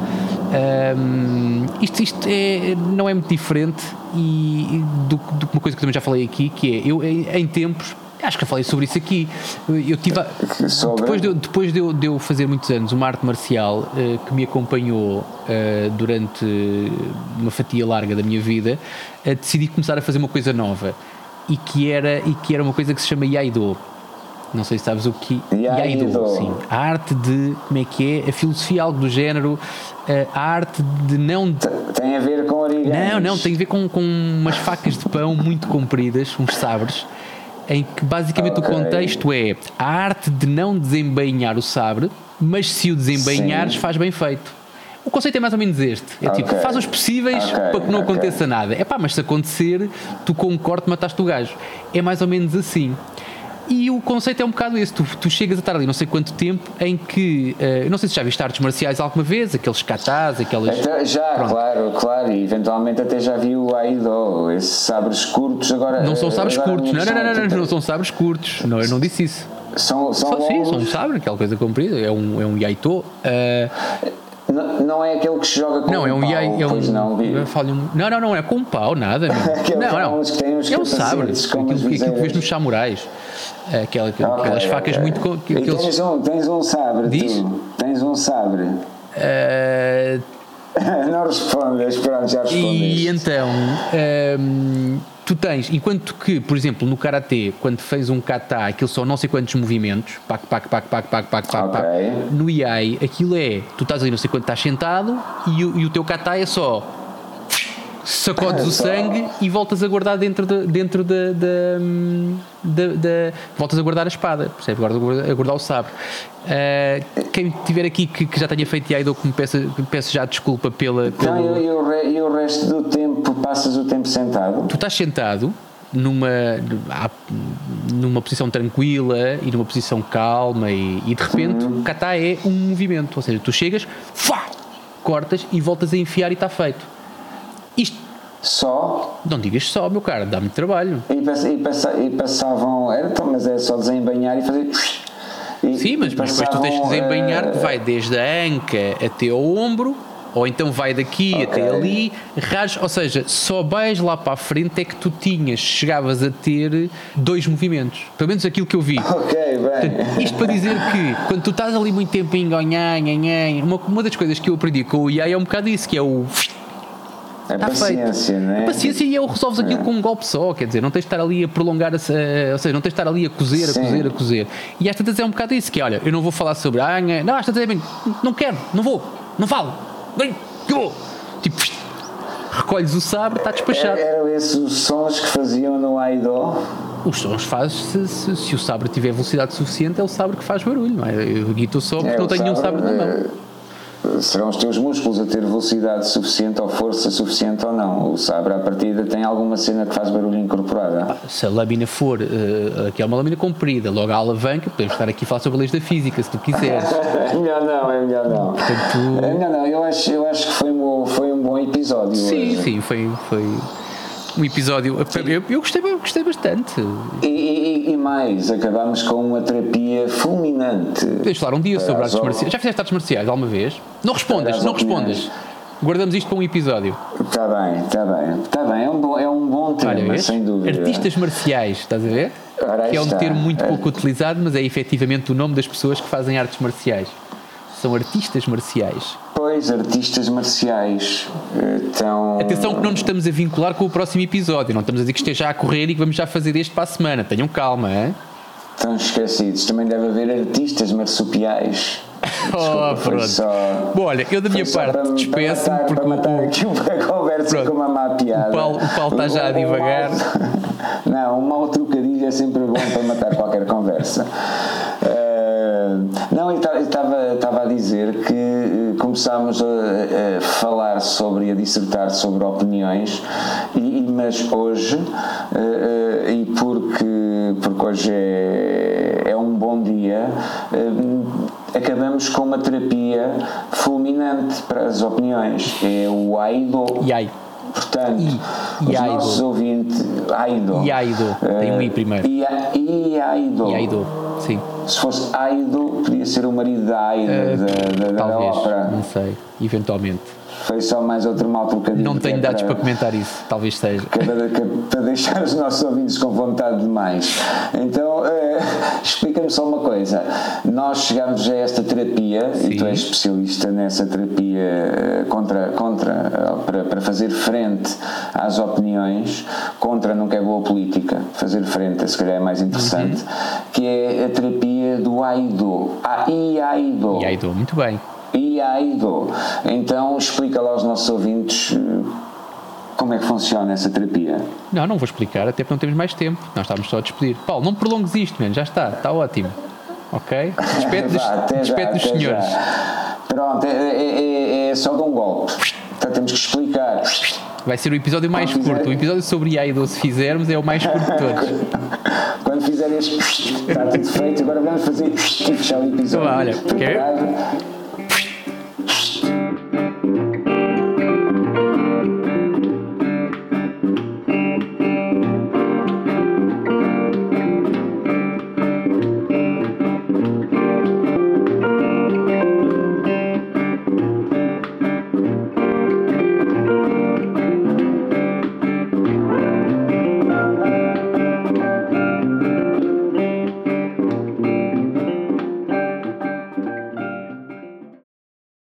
Um, isto isto é, não é muito diferente e, do, do uma coisa que eu também já falei aqui, que é eu em, em tempos. Acho que eu falei sobre isso aqui. Eu tive a, depois, de, depois de, eu, de eu fazer muitos anos uma arte marcial uh, que me acompanhou uh, durante uma fatia larga da minha vida, uh, decidi começar a fazer uma coisa nova e que era, e que era uma coisa que se chama Iaido. Não sei se sabes o que Iaido. Iaido, sim. A arte de, como é que é? A filosofia, algo do género, uh, a arte de não... Tem a ver com origamis. Não, não, tem a ver com, com umas facas de pão muito compridas, uns sabres, em que basicamente okay. o contexto é a arte de não desembainhar o sabre, mas se o desembainhares Sim. faz bem feito. O conceito é mais ou menos este, é okay. tipo, faz os possíveis okay. para que não okay. aconteça nada. É pá, mas se acontecer, tu com um corte mataste o gajo. É mais ou menos assim. E o conceito é um bocado esse, tu, tu chegas a estar ali não sei quanto tempo em que, uh, não sei se já viste artes marciais alguma vez, aqueles katas, aquelas... Então, já, Pronto. claro, claro, e eventualmente até já vi o Aido, esses sabres curtos, agora... Não são sabres curtos, não, não, não, não, não, não são sabres curtos, não, eu não disse isso. São, são só, sim, são um sabre, aquela coisa comprida, é um, é um Yaito. Uh, Não, não é aquele que se joga com não, um é um pau, yai, é um, não, não, não, não é com um pau, nada. não, não, uns que têm uns é um sabre, aquilo, aquilo que vês nos samurais. Aquela, okay, aquelas facas okay. muito... Aqueles... E tens um, tens um sabre, Diz? tu? Tens um sabre? Uh... não respondes, pronto, já respondeste. E então... Um, tu tens, enquanto que, por exemplo, no Karatê, quando fez um kata, aquilo são não sei quantos movimentos, pac, pac, pac, pac, pac, pac, pac, okay. pac. No Iai, aquilo é, tu estás ali não sei quanto, estás sentado e o, e o teu kata é só sacodes o sangue e voltas a guardar dentro de, dentro da de, de, de, de, voltas a guardar a espada, percebe? Agora a guardar o sabre. Uh, quem tiver aqui que, que já tenha feito Iaido, que me peça, que me peça já desculpa pela... Então, pelo... e, o re, e o resto do tempo passas o tempo sentado? Tu estás sentado numa, numa posição tranquila e numa posição calma e, e de repente hum. o kata é um movimento, ou seja, tu chegas, fá, cortas e voltas a enfiar e está feito. Isto só? Não digas só, meu cara, dá-me trabalho. E, passa, e, passa, e passavam, era, então, mas é só desembainhar e fazer. E, Sim, mas, mas depois tu tens de desembainhar, uh, que vai desde a anca até ao ombro, ou então vai daqui okay. até ali, rasga, ou seja, só vais lá para a frente é que tu tinhas, chegavas a ter dois movimentos, pelo menos aquilo que eu vi. Ok, bem. Portanto, isto para dizer que quando tu estás ali muito tempo em ganhar, uma, uma das coisas que eu aprendi com o Iai é um bocado isso, que é o... É tá paciência, feito. Não é? A paciência e eu resolves aquilo é. com um golpe só, quer dizer, não tens de estar ali a prolongar, a, ou seja, não tens de estar ali a cozer, Sim. a cozer, a cozer. E às tantas é um bocado isso, que é, olha, eu não vou falar sobre a Anha, não, às tantas é bem, não quero, não vou, não falo, bem, eu vou. Tipo, recolhes o sabre, está despachado. Eram esses os sons que faziam no Aido? Os sons fazes se, se, se o sabre tiver velocidade suficiente, é o sabre que faz barulho, não é? Eu guito só porque é, não tenho nenhum sabre na mão. Serão os teus músculos a ter velocidade suficiente ou força suficiente ou não. O sabre à partida tem alguma cena que faz barulho incorporada. Se a lâmina for uh, aqui é uma lâmina comprida, logo à alavanca, podemos estar aqui a falar sobre a leis da física, se tu quiseres. É melhor não, é melhor não. Portanto, é melhor não, eu acho, eu acho que foi, foi episódio Sim, hoje. sim, foi, foi um episódio. Eu, eu gostei, eu gostei bastante. E, e, e mais, acabámos com uma terapia fulminante. Deixa falar um dia sobre artes marciais. Já fizeste artes marciais alguma vez? Não respondas, não respondas. Guardamos isto para um episódio. Está bem, está bem. Está bem, é um bom, é um bom tema, Olha, sem dúvida. Artistas marciais, estás a ver? Ora, Que é um está. termo muito É. pouco utilizado, mas é efetivamente o nome das pessoas que fazem artes marciais. São artistas marciais. Pois, artistas marciais. Então... Atenção que não nos estamos a vincular com o próximo episódio. Não estamos a dizer que esteja a correr e que vamos já fazer este para a semana. Tenham calma, hein? Estão esquecidos. Também deve haver artistas marsupiais. Oh, foi pronto. só, Bom, olha, eu da minha foi só parte para, despeço-me para matar, porque para matar o, aqui uma conversa pronto. com uma má piada. O Paulo, o Paulo está já a divagar. Um mau, não, um mau trocadilho é sempre bom para matar qualquer conversa. Uh, não, eu estava a dizer que começámos a, a falar sobre e a dissertar sobre opiniões, e, mas hoje, uh, uh, e porque, porque hoje é, é um bom dia, uh, acabamos com uma terapia fulminante para as opiniões. É o Aido. Iai. Portanto, I, os Iaido. nossos ouvintes. Aido. Iaido. Tem um I primeiro. Iaido. Iaido, sim. Se fosse Aido, podia ser o marido da Aida, Uh, da, da, da talvez, ópera. não sei, eventualmente. Foi só mais outro mal trocadilho. Não tenho é dados para... para comentar isso, talvez seja. Para, para deixar os nossos ouvintes com vontade demais. Então, uh, explica-me só uma coisa. Nós chegámos a esta terapia, Sim. e tu és especialista nessa terapia contra, contra, para, para fazer frente às opiniões, contra não que é boa política, fazer frente, se calhar é mais interessante, uhum. que é a terapia do Aido. A Iaido. Iaido, muito bem. Iaido. Então explica lá aos nossos ouvintes como é que funciona essa terapia. Não, não vou explicar, até porque não temos mais tempo. Nós estamos só a despedir. Paulo, não prolongues isto, man. Já está, está ótimo. Ok? Despede dos, despede dos senhores. Já. Pronto, é, é, é só de um golpe. Então temos que explicar. Vai ser o episódio mais Quando curto. fizer... O episódio sobre Iaido, se fizermos, é o mais curto de todos. Quando fizer este, está tudo feito. Agora vamos fazer e fechar o episódio. Então, olha, Preparado?